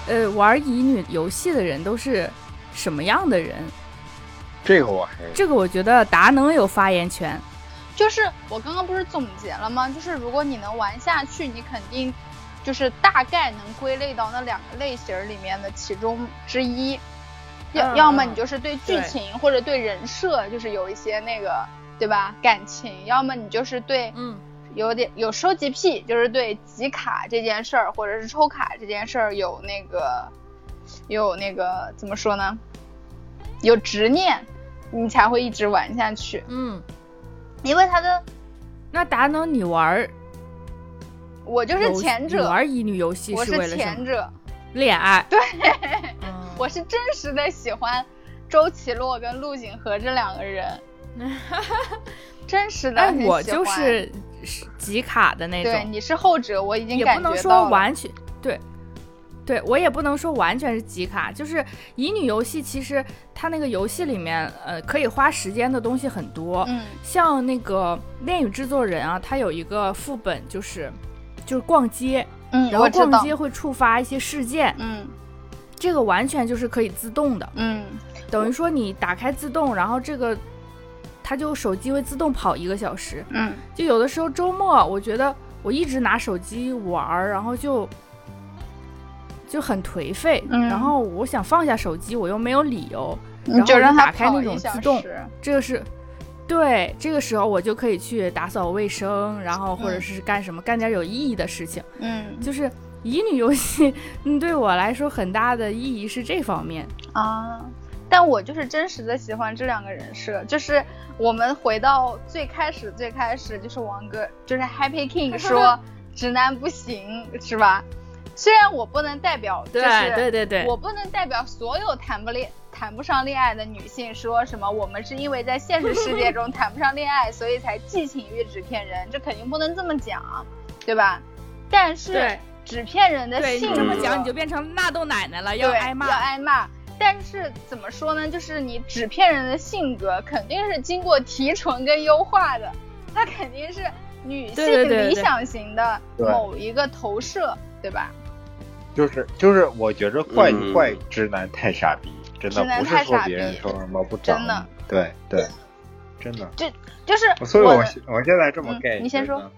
玩乙女游戏的人都是什么样的人？ 这个我觉得达能有发言权。 就是我刚刚不是总结了吗？就是如果你能玩下去，你肯定就是大概能归类到那2个类型里面的其中之一。要么你就是对剧情或者对人设就是有一些那个对吧感情，要么你就是对有收集癖，就是对集卡这件事儿或者是抽卡这件事儿有那个怎么说呢，有执念，你才会一直玩下去。因为他的那达能你玩， 我就是前者， 你玩乙女游戏是为了什么？ 我是前者， 恋爱。 对，我是真实的喜欢周奇洛跟陆景和这2个人，真实的很喜欢。 我就是集卡的那种。 对，你是后者，我已经感觉到了。 也不能说完全对，我也不能说完全是集卡，就是乙女游戏其实它那个游戏里面可以花时间的东西很多。像那个恋与制作人啊，它有一个副本就是逛街，然后逛街会触发一些事件。这个完全就是可以自动的。等于说你打开自动，然后这个它就手机会自动跑1个小时。就有的时候周末我觉得我一直拿手机玩，然后就很颓废。然后我想放下手机，我又没有理由，然后就让它打开那种自动，这个时候我就可以去打扫卫生，然后或者是干什么，干点有意义的事情。就是乙女游戏对我来说很大的意义是这方面啊。但我就是真实的喜欢这2个人设，就是我们回到最开始就是王哥就是 Happy King 说直男不行是吧？虽然我不能代表，对，我不能代表所有谈不上恋爱的女性说什么我们是因为在现实世界中谈不上恋爱所以才寄情于纸片人，这肯定不能这么讲，对吧？但是纸片人的性格， 你这么讲你就变成纳豆奶奶了，要挨骂。 但是怎么说呢，就是你纸片人的性格肯定是经过提纯跟优化的，它肯定是女性理想型的某一个投射，对吧？ 就是我觉着坏直男太傻逼，真的不是说别人说什么不长，真的，对，真的， 就是， 所以我现在这么 gay， 你先说，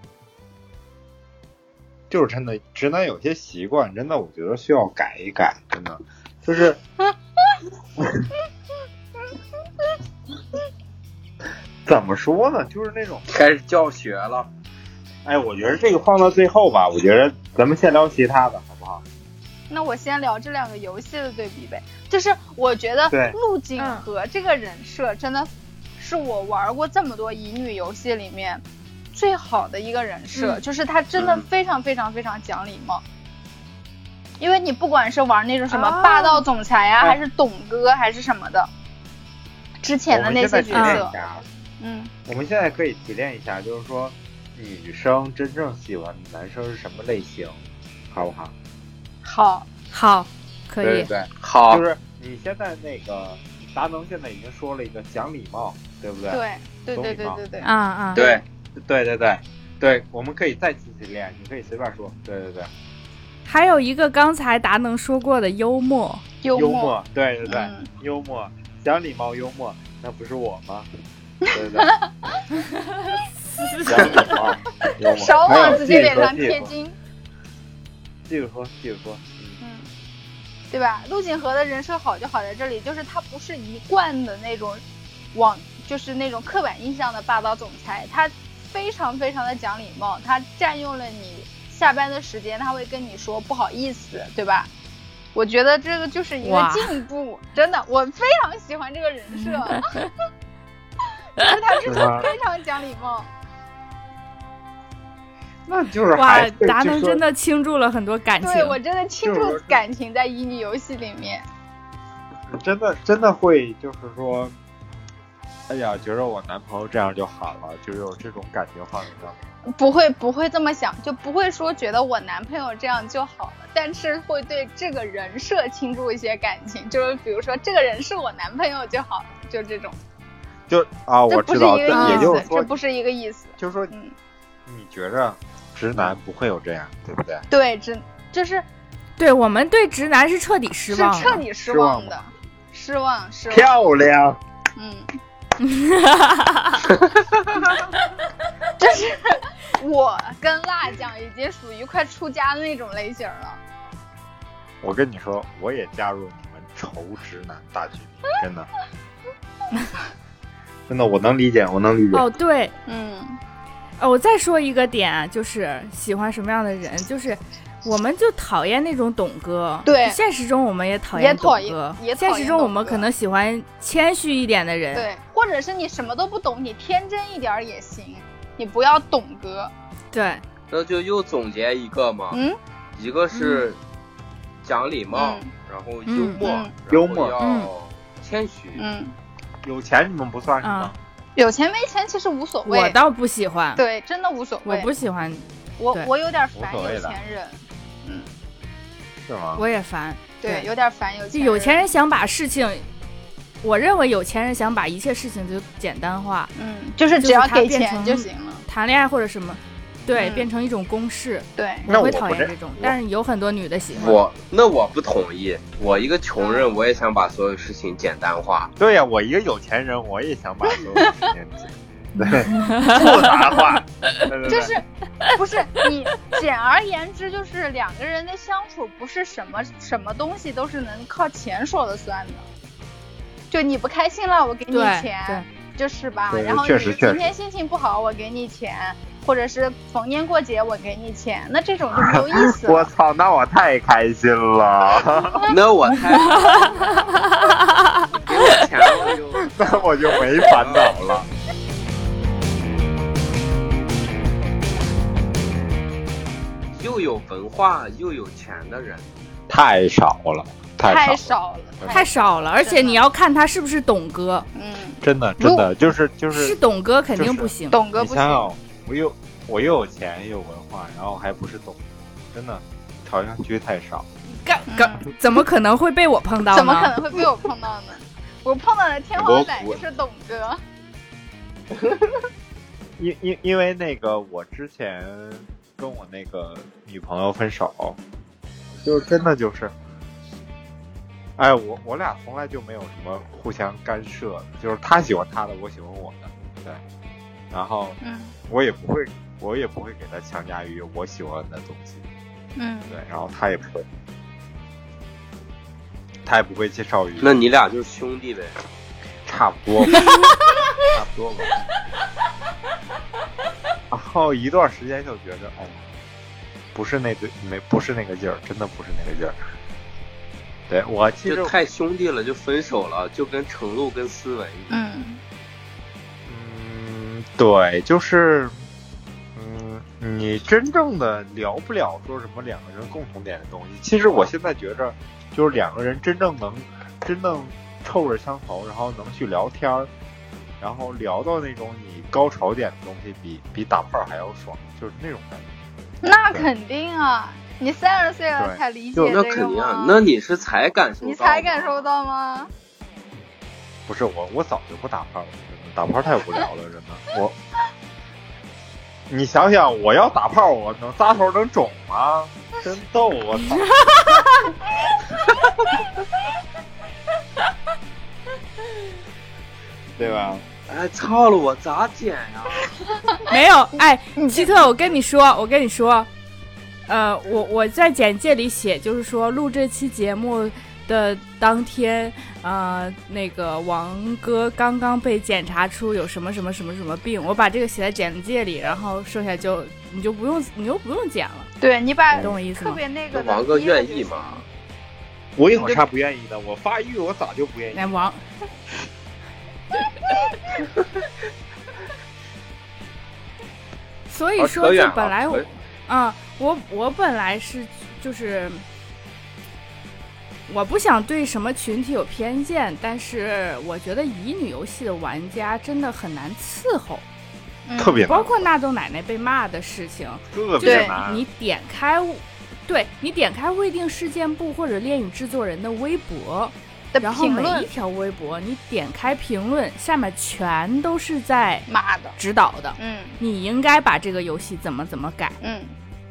就是真的直男有些习惯，真的我觉得需要改一改，真的就是怎么说呢，就是那种开始教学了。 我觉得这个放到最后吧，我觉得咱们先聊其他的好不好？ 那我先聊这2个游戏的对比呗。就是我觉得陆景和这个人设真的是我玩过这么多乙女游戏里面最好的一个人设，就是他真的非常非常非常讲礼貌。因为你不管是玩那种什么霸道总裁啊，还是董哥还是什么的，之前的那些角色， 我们现在可以提炼一下，就是说女生真正喜欢的男生是什么类型，好不好？ 好，可以， 对， 好， 就是你现在那个达能现在已经说了一个讲礼貌，对不对？ 对， 对，我们可以再提炼，你可以随便说，对。 还有一个刚才达能说过的幽默， 对，幽默，讲礼貌幽默，那不是我吗？对，讲礼貌幽默， 少往自己脸上贴金。 继续说， 对吧？陆景和的人设好就好在这里，就是他不是一贯的那种就是那种刻板印象的霸道总裁，他非常非常的讲礼貌，他占用了你下班的时间，他会跟你说不好意思，对吧？我觉得这个就是一个进步，真的，我非常喜欢这个人设，他真的非常讲礼貌。 那就是哇，达能真的倾注了很多感情。 对，我真的倾注感情在乙女游戏里面。 真的会就是说，哎呀，觉得我男朋友这样就好了，就有这种感觉放在上面。 不会这么想，就不会说觉得我男朋友这样就好了，但是会对这个人设倾注一些感情，就是比如说这个人是我男朋友就好了，就这种。 我知道，也就是说这不是一个意思。 就是说，你觉着直男不会有这样，对不对？ 对，就是对我们对直男是彻底失望了， 是彻底失望的，失望。 漂亮。 就是我跟辣酱已经属于快出家的那种类型了。 我跟你说，我也加入你们仇直男大军，真的，真的，我能理解。 哦，对，我再说一个点，就是喜欢什么样的人，就是我们就讨厌那种懂哥。 对， 现实中我们也讨厌懂哥，现实中我们可能喜欢谦虚一点的人。 对，或者是你什么都不懂，你天真一点也行，你不要懂哥。 对， 那就又总结一个嘛，一个是讲礼貌，然后幽默，要谦虚。 有钱你们不算什么。 有钱没钱其实无所谓， 我倒不喜欢。 对，真的无所谓。 我不喜欢， 我有点烦有钱人。 是吗？ 我也烦。 对，有点烦有钱人。 有钱人想把事情，我认为有钱人想把一切事情就简单化。 就是只要给钱就行了。 谈恋爱或者什么。对，变成一种公式。 对， 我会讨厌这种，但是有很多女的喜欢。 那我不同意。我一个穷人，我也想把所有事情简单化。 对呀，我一个有钱人，我也想把所有事情复杂化。 就是不是你？简而言之，就是两个人的相处不是什么东西都是能靠钱说了算的。就你不开心了，我给你钱，就是吧？然后你今天心情不好，我给你钱。或者是逢年过节我给你钱，那这种就没有意思了。 我操，那我太开心了。 那我太给我钱那我就没烦恼了。 又有文化又有钱的人太少了， 太少了， 而且你要看他是不是懂哥。 真的就是懂哥肯定不行， 懂哥不行。 我又有钱又有文化，然后还不是懂，真的朝阳区太少。 怎么可能会被我碰到呢？ 怎么可能会被我碰到呢？我碰到的天花板就是懂哥。 因为那个我之前跟我那个女朋友分手，就真的就是，哎，我俩从来就没有什么互相干涉的，就是他喜欢他的，我喜欢我的，对，然后我也不会给他强加于我喜欢的东西，对，然后他也不会介绍于。 那你俩就是兄弟呗？ 差不多吧。差不多吧。然后一段时间就觉着，不是那个劲儿，真的不是那个劲儿。对，我其实就太兄弟了，就分手了，就跟程璐跟思文一样。 对，就是你真正的聊不了说什么两个人共同点的东西。其实我现在觉着，就是两个人真正臭味相投，然后能去聊天，然后聊到那种你高潮点的东西，比打炮还要爽，就是那种感觉。 那肯定啊，你30岁了才理解这个吗？ 那肯定啊，那你是才感受到？ 你才感受到吗？ 不是我早就不打炮了，打炮太无聊了，真的。你想想，我要打炮，我能扎头能肿吗？真逗，我操！对吧？ 哎，操了，我咋剪呀？ 没有，哎，希特，我跟你说，我在简介里写，就是说录这期节目的当天，那个王哥刚刚被检查出有什么病，我把这个写在简介里，然后剩下你就不用剪了。 对，你把懂我意思吗？ 特别那个王哥愿意吗？ 我有啥不愿意的？我发育我早就不愿意。 来王。所以说，就本来我本来是就是我不想对什么群体有偏见，但是我觉得乙女游戏的玩家真的很难伺候， 特别难， 包括纳豆奶奶被骂的事情， 特别难。 你点开未定事件部或者恋与制作人的微博。然后每一条微博你点开评论，下面全都是在骂的、 指导的。你应该把这个游戏怎么改。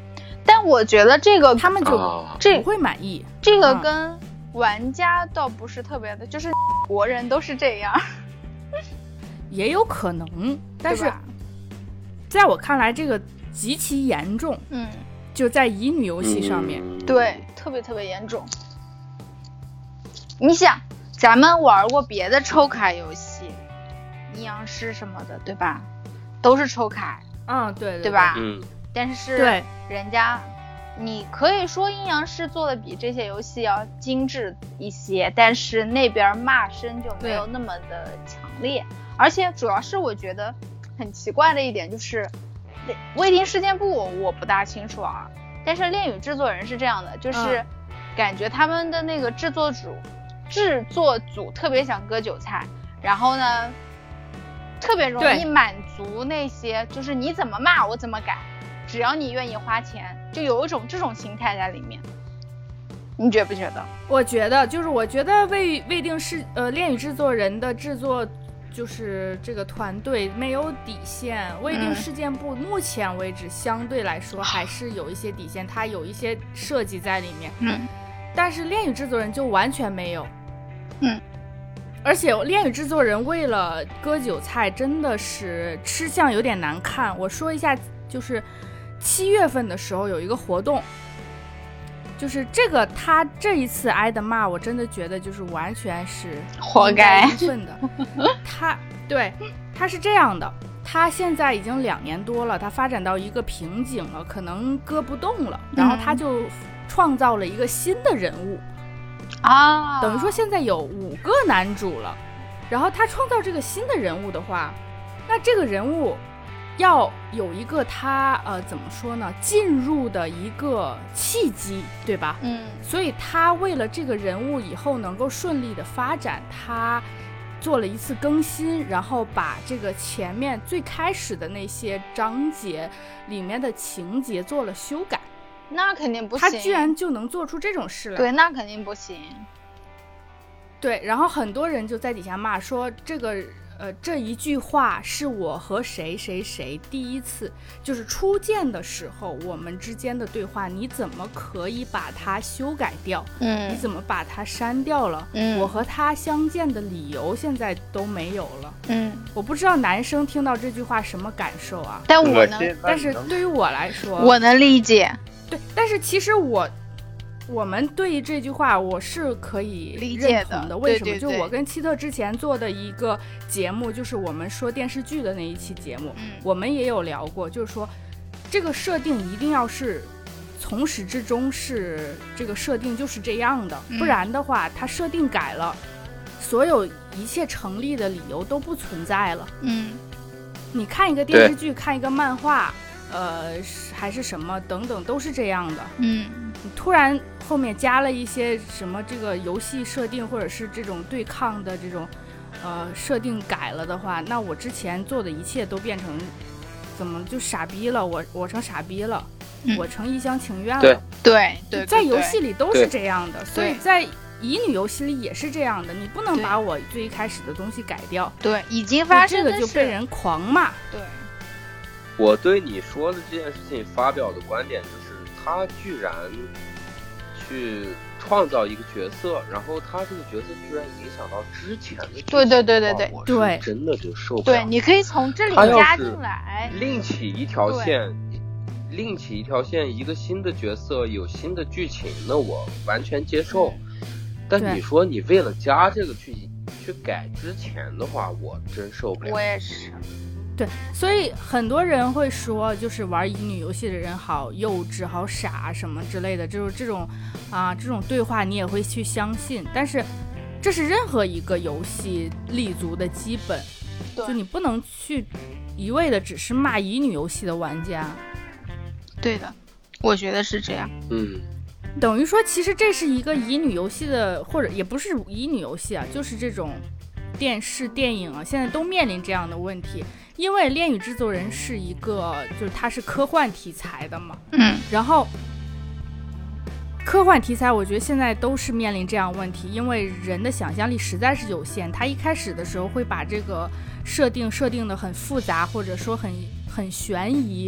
但我觉得这个他们就不会满意。 这个跟玩家倒不是特别的，就是国人都是这样。 也有可能，但是在我看来这个极其严重，就在乙女游戏上面， 对，特别特别严重。你想咱们玩过别的抽卡游戏，阴阳师什么的，对吧？都是抽卡， 对对吧？但是对人家你可以说阴阳师做的比这些游戏要精致一些，但是那边骂声就没有那么的强烈。而且主要是我觉得很奇怪的一点就是未定事件簿我不大清楚啊，但是恋与制作人是这样的，就是感觉他们的那个制作组特别想割韭菜，然后呢特别容易满足那些就是你怎么骂我怎么改，只要你愿意花钱，就有一种这种心态在里面。你觉不觉得？ 我觉得未定是恋与制作人的制作就是这个团队没有底线。未定事件簿目前为止相对来说还是有一些底线，它有一些设计在里面，但是恋与制作人就完全没有。而且恋与制作人为了割韭菜真的是吃相有点难看。我说一下，就是7月份的时候有一个活动，就是这个他这一次挨的骂，我真的觉得就是完全是活该分的。他是这样的，他现在已经2年多了，他发展到一个瓶颈了，可能割不动了，然后他就创造了一个新的人物啊，等于说现在有5个男主了。然后他创造这个新的人物的话，那这个人物要有一个他怎么说呢，进入的一个契机，对吧？所以他为了这个人物以后能够顺利的发展，他做了一次更新，然后把这个前面最开始的那些章节里面的情节做了修改。 那肯定不行， 他居然就能做出这种事来。 对，那肯定不行。 对，然后很多人就在底下骂说这一句话是我和谁谁谁第一次就是初见的时候我们之间的对话，你怎么可以把它修改掉？你怎么把它删掉了？我和他相见的理由现在都没有了。我不知道男生听到这句话什么感受啊？但是对于我来说， 我能理解。 对，但是其实我们对于这句话我是可以认同的。为什么？就我跟希特之前做的一个节目，就是我们说电视剧的那一期节目，我们也有聊过，就是说这个设定一定要是从始至终是这个设定就是这样的，不然的话它设定改了，所有一切成立的理由都不存在了。你看一个电视剧，看一个漫画还是什么等等都是这样的。你突然后面加了一些什么这个游戏设定或者是这种对抗的这种设定改了的话，那我之前做的一切都变成怎么就傻逼了，我成傻逼了，我成一厢情愿了。 对， 在游戏里都是这样的，所以在乙女游戏里也是这样的，你不能把我最一开始的东西改掉。 对，已经发生的这个就被人狂骂。 对， 我对你说的这件事情发表的观点就是，他居然去创造一个角色，然后他这个角色居然影响到之前的剧情。 对， 我是真的就受不了。 对，你可以从这里加进来， 另起一条线，一个新的角色有新的剧情，那我完全接受。但你说你为了加这个去改之前的话，我真受不了。 我也是。 对，所以很多人会说，就是玩乙女游戏的人好幼稚、好傻什么之类的，就是这种对话你也会去相信。但是这是任何一个游戏立足的基本，就你不能去一味的只是骂乙女游戏的玩家。 对的，我觉得是这样。 等于说其实这是一个乙女游戏的，或者也不是乙女游戏啊，就是这种电视电影啊，现在都面临这样的问题。因为恋与制作人是一个就是它是科幻题材的嘛，然后科幻题材我觉得现在都是面临这样问题，因为人的想象力实在是有限，他一开始的时候会把这个设定的很复杂，或者说很悬疑，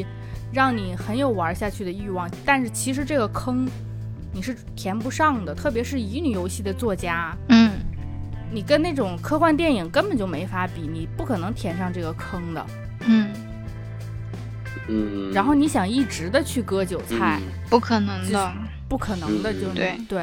让你很有玩下去的欲望，但是其实这个坑你是填不上的，特别是乙女游戏的作家，你跟那种科幻电影根本就没法比，你不可能填上这个坑的。然后你想一直的去割韭菜， 不可能的， 不可能的，就对。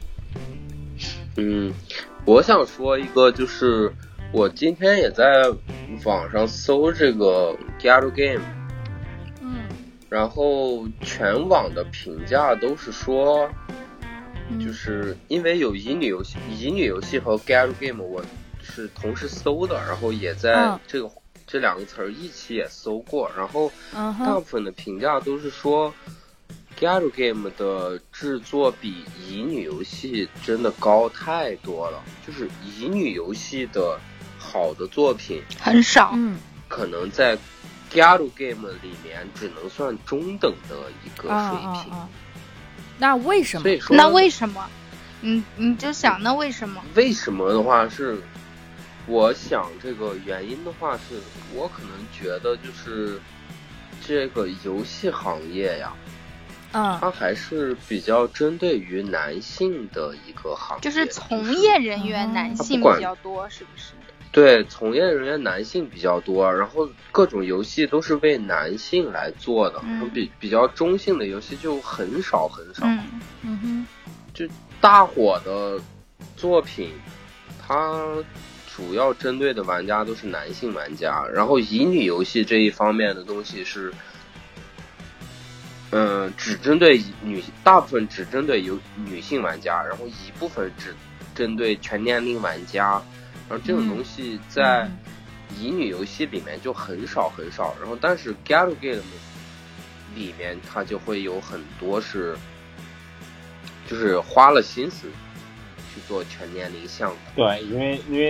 我想说一个，就是我今天也在网上搜这个 Gallo Game，然后全网的评价都是说，就是因为有乙女游戏和 Gallo Game， 我是同时搜的，然后也在这两个词儿一起也搜过，然后大部分的评价都是说 Gallo Game 的制作比乙女游戏真的高太多了，就是乙女游戏的好的作品很少， 可能在 Gallo Game 里面只能算中等的一个水平。 那为什么？ 所以说， 那为什么？你就想那为什么？ 为什么的话是，我想这个原因的话是，我可能觉得就是这个游戏行业呀，它还是比较针对于男性的一个行业， 就是从业人员男性比较多，是不是？ 对，从业人员男性比较多，然后各种游戏都是为男性来做的，比较中性的游戏就很少很少。就大火的作品，它主要针对的玩家都是男性玩家，然后乙女游戏这一方面的东西是，只针对大部分只针对女性玩家，然后一部分只针对全年龄玩家。然后这种东西在乙女游戏里面就很少很少，然后但是 Gallo Game 里面它就会有很多就是花了心思去做全年龄向的。 对，因为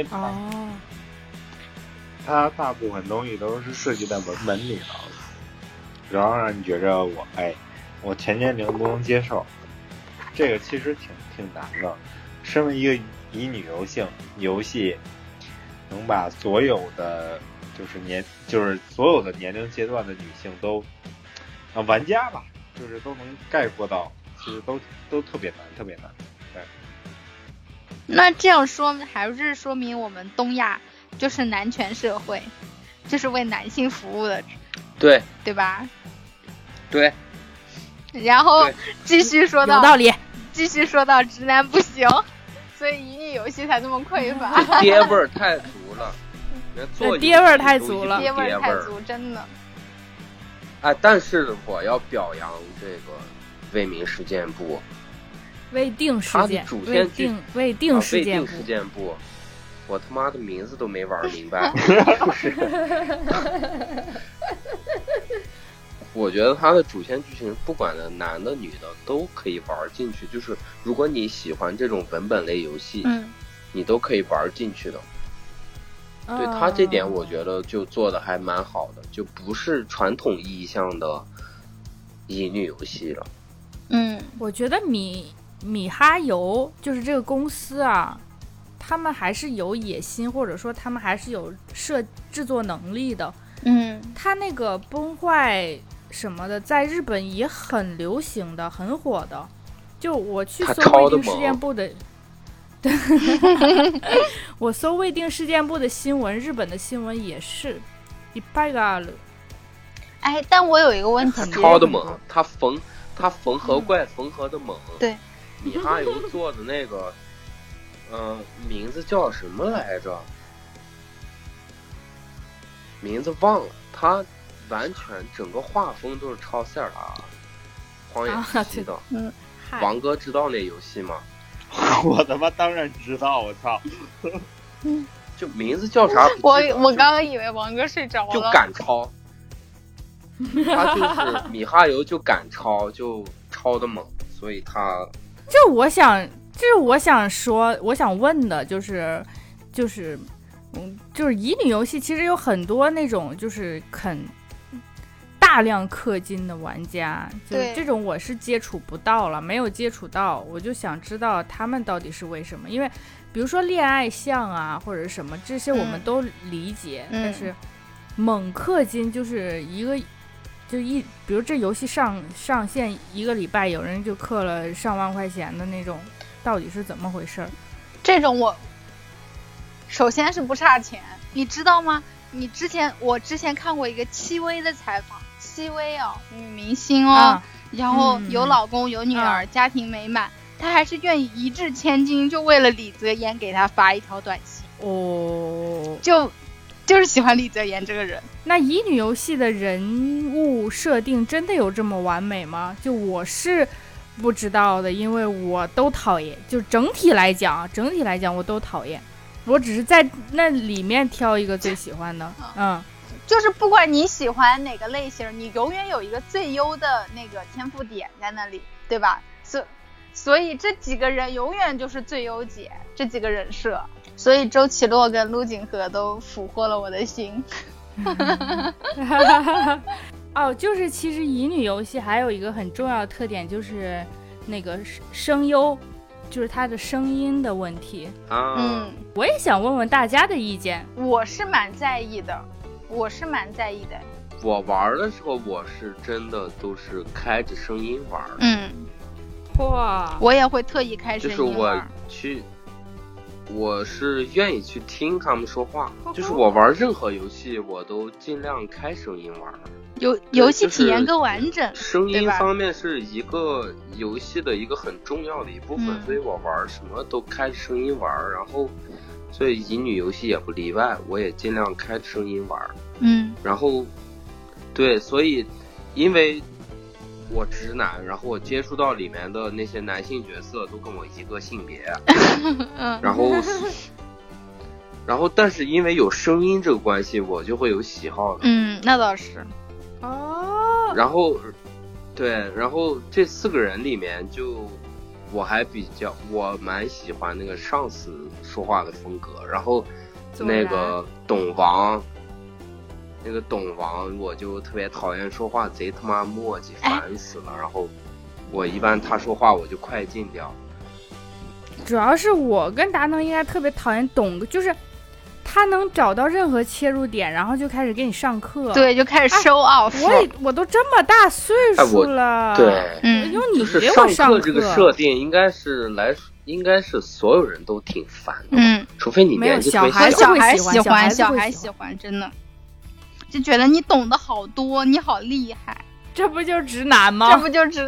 它大部分东西都是设计在文本里头，然后让你觉着我全年龄都能接受，这个其实挺难的。身为一个乙女游戏能把所有的就是所有的年龄阶段的女性都玩家吧，就是都能概括到，其实都特别难，特别难。对， 那这样还是说明我们东亚就是男权社会，就是为男性服务的，对吧？ 对。 然后继续说到有道理， 继续说到直男不行。所以乙女游戏才这么匮乏， 爹味儿太足了， 爹味儿太足了， 爹味儿太足，真的。 但是我要表扬这个未名事件部， 未定事件事件部，我他妈的名字都没玩明白。我觉得它的主线剧情不管的男的女的都可以玩进去，就是如果你喜欢这种文本类游戏，你都可以玩进去的。对，它这点我觉得就做的还蛮好的，就不是传统意义上的乙女游戏了。 我觉得米哈游就是这个公司啊，他们还是有野心，或者说他们还是有制作能力的。他那个崩坏什么的在日本也很流行的，很火的。就我去搜未定事件部的我搜未定事件部的新闻，日本的新闻也是一百个了。 但我有一个问题， 他超的猛，他缝合怪缝合的猛。 对， 米哈游做的那个名字叫什么来着？名字忘了，他完全整个画风都是抄塞尔达荒野之息的。王哥知道那游戏吗？ 我他妈当然知道，我操！ 就名字叫啥？ 我刚刚以为王哥睡着了。 就敢抄，他就是米哈游就敢抄，就抄的猛，所以他。 这我想说，我想问的就是乙女游戏其实有很多那种就是大量氪金的玩家，就这种我是接触不到了，没有接触到，我就想知道他们到底是为什么。因为比如说恋爱向啊或者什么这些我们都理解，但是猛氪金就是一个就比如这游戏上线1个礼拜，有人就氪了上万块钱的那种，到底是怎么回事？ 这种我首先是不差钱，你知道吗？我之前看过一个戚薇的采访，戚薇哦，女明星哦，然后有老公有女儿，家庭美满，她还是愿意一掷千金，就为了李泽言给她发一条短信哦， 就是喜欢李泽言这个人。 那乙女游戏的人物设定真的有这么完美吗？就我是不知道的，因为我都讨厌，就整体来讲我都讨厌，我只是在那里面挑一个最喜欢的。 就是不管你喜欢哪个类型，你永远有一个最优的那个天赋点在那里，对吧？所以这几个人永远就是最优解，这几个人设，所以周奇洛跟陆锦禾都俘获了我的心。 哦，就是其实乙女游戏还有一个很重要的特点，就是那个声优，就是它的声音的问题。我也想问问大家的意见。 我是蛮在意的。 我玩的时候，我是真的都是开着声音玩。 哇！ 我也会特意开声音玩。 我是愿意去听他们说话，就是我玩任何游戏，我都尽量开声音玩。 游戏体验更完整。 声音方面是一个游戏的一个很重要的一部分，所以我玩什么都开声音玩，然后。所以乙女游戏也不例外，我也尽量开声音玩。然后对，所以因为我直男，然后我接触到里面的那些男性角色都跟我一个性别。然后但是因为有声音这个关系，我就会有喜好的。 那倒是。 然后这4个人里面就我蛮喜欢那个上司说话的风格，然后那个董王我就特别讨厌说话贼他妈磨叽，烦死了。然后我一般他说话我就快进掉。 主要是我跟达能应该特别讨厌就是他能找到任何切入点，然后就开始给你上课。 对，就开始 show off。 我都这么大岁数了。 对， 用你给我上课这个设定应该是所有人都挺烦的。除非你年纪小孩喜欢，真的就觉得你懂得好多，你好厉害。 这不就是直男吗？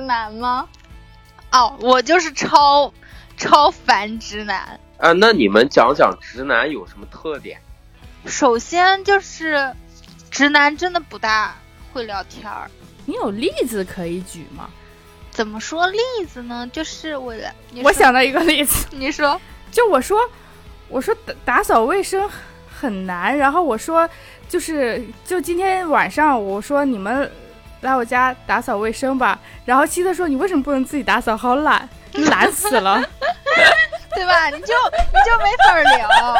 我就是超烦直男。 那你们讲讲直男有什么特点？ 首先就是直男真的不大会聊天儿。 你有例子可以举吗？ 怎么说例子呢？就是我想到一个例子。 你说。 就我说打扫卫生很难，然后我说就今天晚上我说你们来我家打扫卫生吧，然后希特说你为什么不能自己打扫，好懒，懒死了。 对吧？你就没法聊。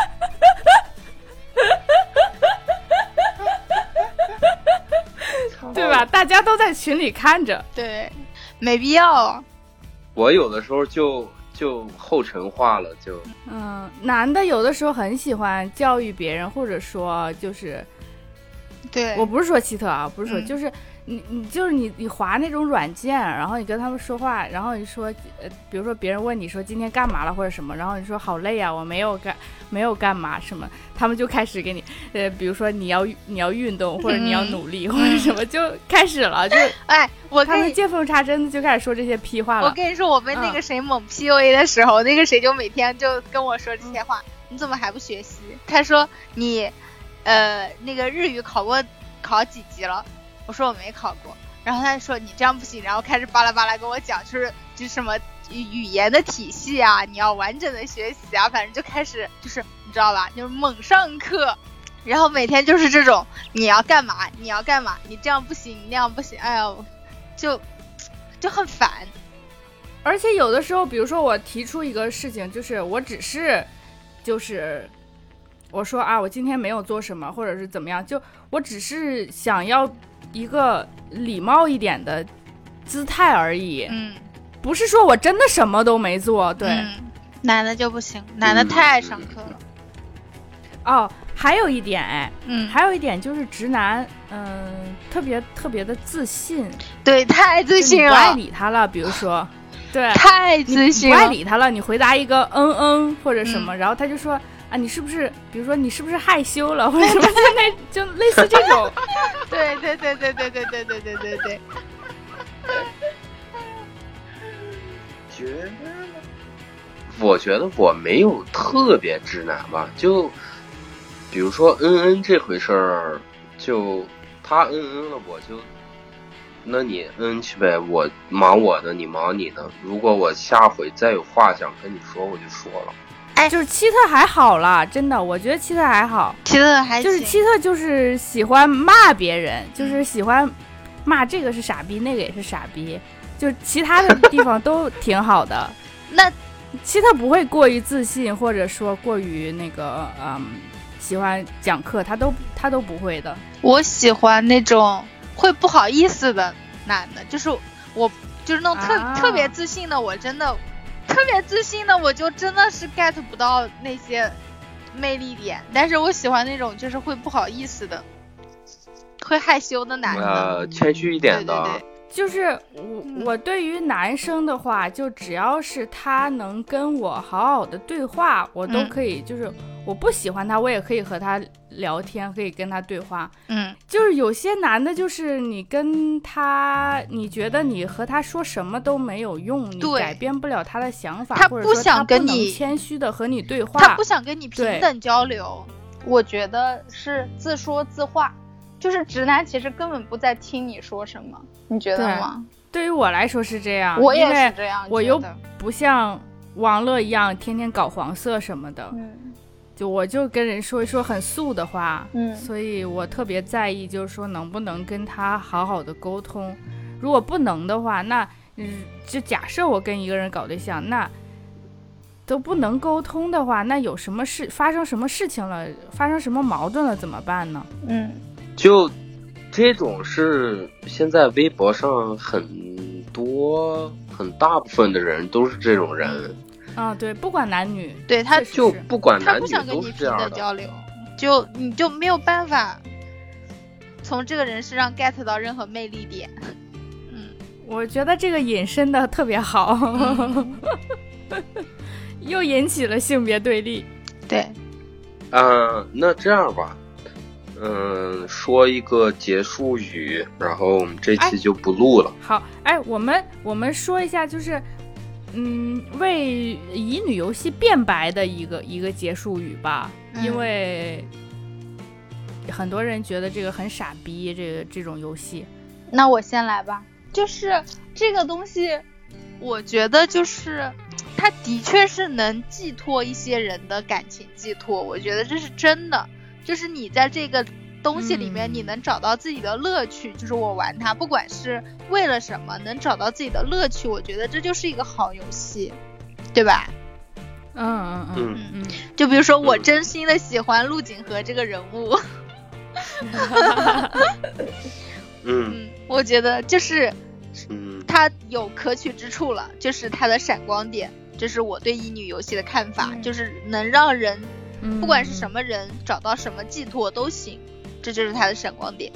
对吧？大家都在群里看着。 对，没必要。 我有的时候就后尘化了， 男的有的时候很喜欢教育别人，或者说就是对， 我不是说希特啊，不是说就是你滑那种软件，然后你跟他们说话，然后你说比如说别人问你说今天干嘛了或者什么，然后你说好累啊，我没有干嘛什么，他们就开始给你比如说你要运动或者你要努力或者什么，就开始了，就他们见缝插针的就开始说这些屁话了。 我跟你说，我被那个谁猛 PUA 的时候，那个谁就每天就跟我说这些话，你怎么还不学习？他说你那个日语考几级了？我说我没考过，然后他就说你这样不行，然后开始巴拉巴拉跟我讲，就是什么语言的体系啊，你要完整的学习啊，反正就开始就是你知道吧，就是猛上课，然后每天就是这种你要干嘛，你这样不行，你那样不行，哎呦，就很烦。 而且有的时候，比如说我提出一个事情，就是我只是我说啊，我今天没有做什么，或者是怎么样，就我只是想要一个礼貌一点的姿态而已，不是说我真的什么都没做。对， 男的就不行，男的太爱上课了。 还有一点，还有一点就是直男，特别的自信， 对，太自信了， 不爱理他了，比如说，对， 太自信了， 不爱理他了，你回答一个或者什么，然后他就说啊，你是不是，比如说你是不是害羞了，或者什么，就类似这种， 对， 我觉得我没有特别直男吧，就比如说这回事儿，就他了，我就那你去呗，我忙我的，你忙你的。如果我下回再有话想跟你说，我就说了。 哎，就是希特还好啦，真的，我觉得希特还好， 希特还就是希特就是喜欢骂别人，就是喜欢骂这个是傻逼，那个也是傻逼，就其他的地方都挺好的。 那希特不会过于自信，或者说过于那个喜欢讲课，他都不会的。 我喜欢那种会不好意思的男的，就是我就是那种特别自信的，我真的特别自信的，我就真的是 get 不到那些魅力点。但是我喜欢那种就是会不好意思的，会害羞的男的， 谦虚一点的。 对， 就是我对于男生的话，就只要是他能跟我好好的对话，我都可以，就是我不喜欢他，我也可以和他聊天，可以跟他对话。就是有些男的，就是你跟他，你觉得你和他说什么都没有用，你改变不了他的想法， 他不想跟你或者说他不能谦虚的和你对话， 他不想跟你平等交流。我觉得是自说自话。就是直男其实根本不在听你说什么，你觉得吗？ 对于我来说是这样， 我也是这样， 我又不像王乐一样天天搞黄色什么的，就我就跟人说一说很素的话，所以我特别在意，就是说能不能跟他好好的沟通。如果不能的话，那就假设我跟一个人搞对象，那都不能沟通的话，那有什么事发生什么事情了，发生什么矛盾了怎么办呢？ 就这种是现在微博上很大部分的人都是这种人对，不管男女， 对，他就不管男女他不想跟你平等交流，你就没有办法从这个人身上 get 到任何魅力点。 我觉得这个引申的特别好，又引起了性别对立。 对， 那这样吧。说一个结束语，然后我们这期就不录了。 好，我们说一下，就是为乙女游戏辩白的一个结束语吧，因为很多人觉得这个很傻逼，这种游戏。 那我先来吧，就是这个东西，我觉得就是它的确是能寄托一些人的感情寄托，我觉得这是真的。就是你在这个东西里面，你能找到自己的乐趣，就是我玩它，不管是为了什么，能找到自己的乐趣，我觉得这就是一个好游戏，对吧？就比如说，我真心的喜欢陆锦和这个人物，我觉得就是他有可取之处了，就是他的闪光点，这是我对乙女游戏的看法，就是能让人。不管是什么人找到什么寄托都行，这就是他的闪光点。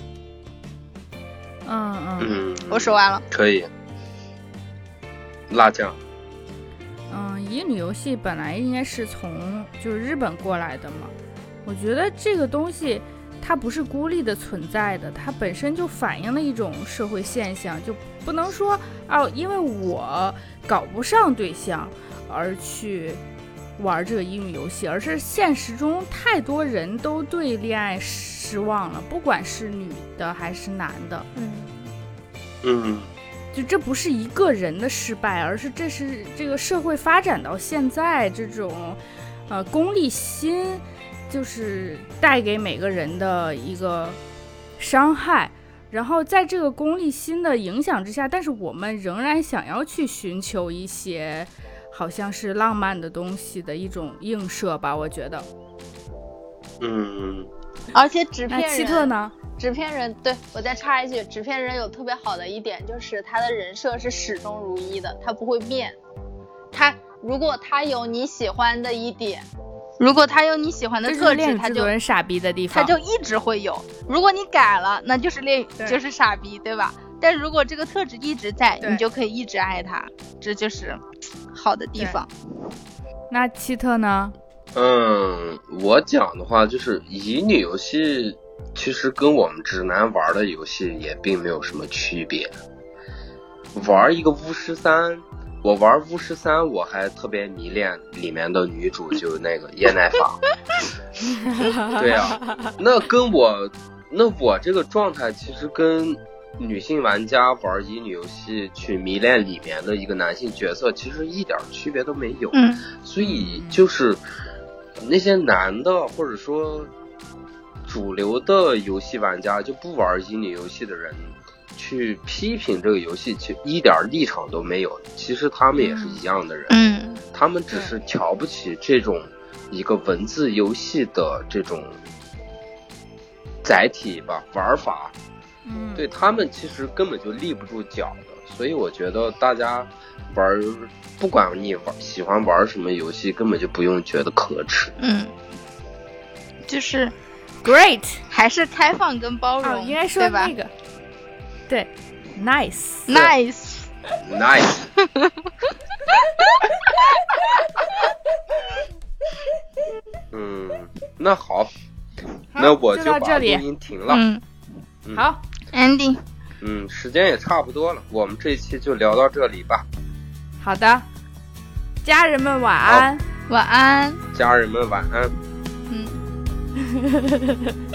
我说完了。 可以。辣酱。 乙女游戏本来应该是从就是日本过来的嘛，我觉得这个东西它不是孤立的存在的，它本身就反映了一种社会现象，就不能说因为我搞不上对象而去玩这个乙女游戏，而是现实中太多人都对恋爱失望了，不管是女的还是男的。就这不是一个人的失败，而是这是这个社会发展到现在这种功利心，就是带给每个人的一个伤害。然后在这个功利心的影响之下，但是我们仍然想要去寻求一些好像是浪漫的东西的一种映射吧，我觉得。 而且纸片人， 那希特呢？ 纸片人，对，我再插一句，纸片人有特别好的一点，就是他的人设是始终如一的，他不会变。如果他有你喜欢的一点， 如果他有你喜欢的特质，他就人傻逼的地方， 他就一直会有。如果你改了，那就是就是傻逼，对吧？但如果这个特质一直在，你就可以一直爱他，这就是好的地方。 那希特呢？ 我讲的话就是乙女游戏其实跟我们直男玩的游戏也并没有什么区别。玩一个巫师3，我玩巫师3我还特别迷恋里面的女主，就那个叶奈法。对啊，那我这个状态其实跟女性玩家玩乙女游戏去迷恋里面的一个男性角色其实一点区别都没有。所以就是那些男的或者说主流的游戏玩家就不玩乙女游戏的人去批评这个游戏，其实一点立场都没有。其实他们也是一样的人，他们只是瞧不起这种一个文字游戏的这种载体吧，玩法。对，他们其实根本就立不住脚的。所以我觉得大家玩，不管你喜欢玩什么游戏，根本就不用觉得可耻。 就是 great， 还是开放跟包容， 应该说那个，对 ，nice。 那好，那我就把录音停了。 好 ，ending。 时间也差不多了，我们这一期就聊到这里吧。 好的，家人们晚安。 晚安， 家人们晚安。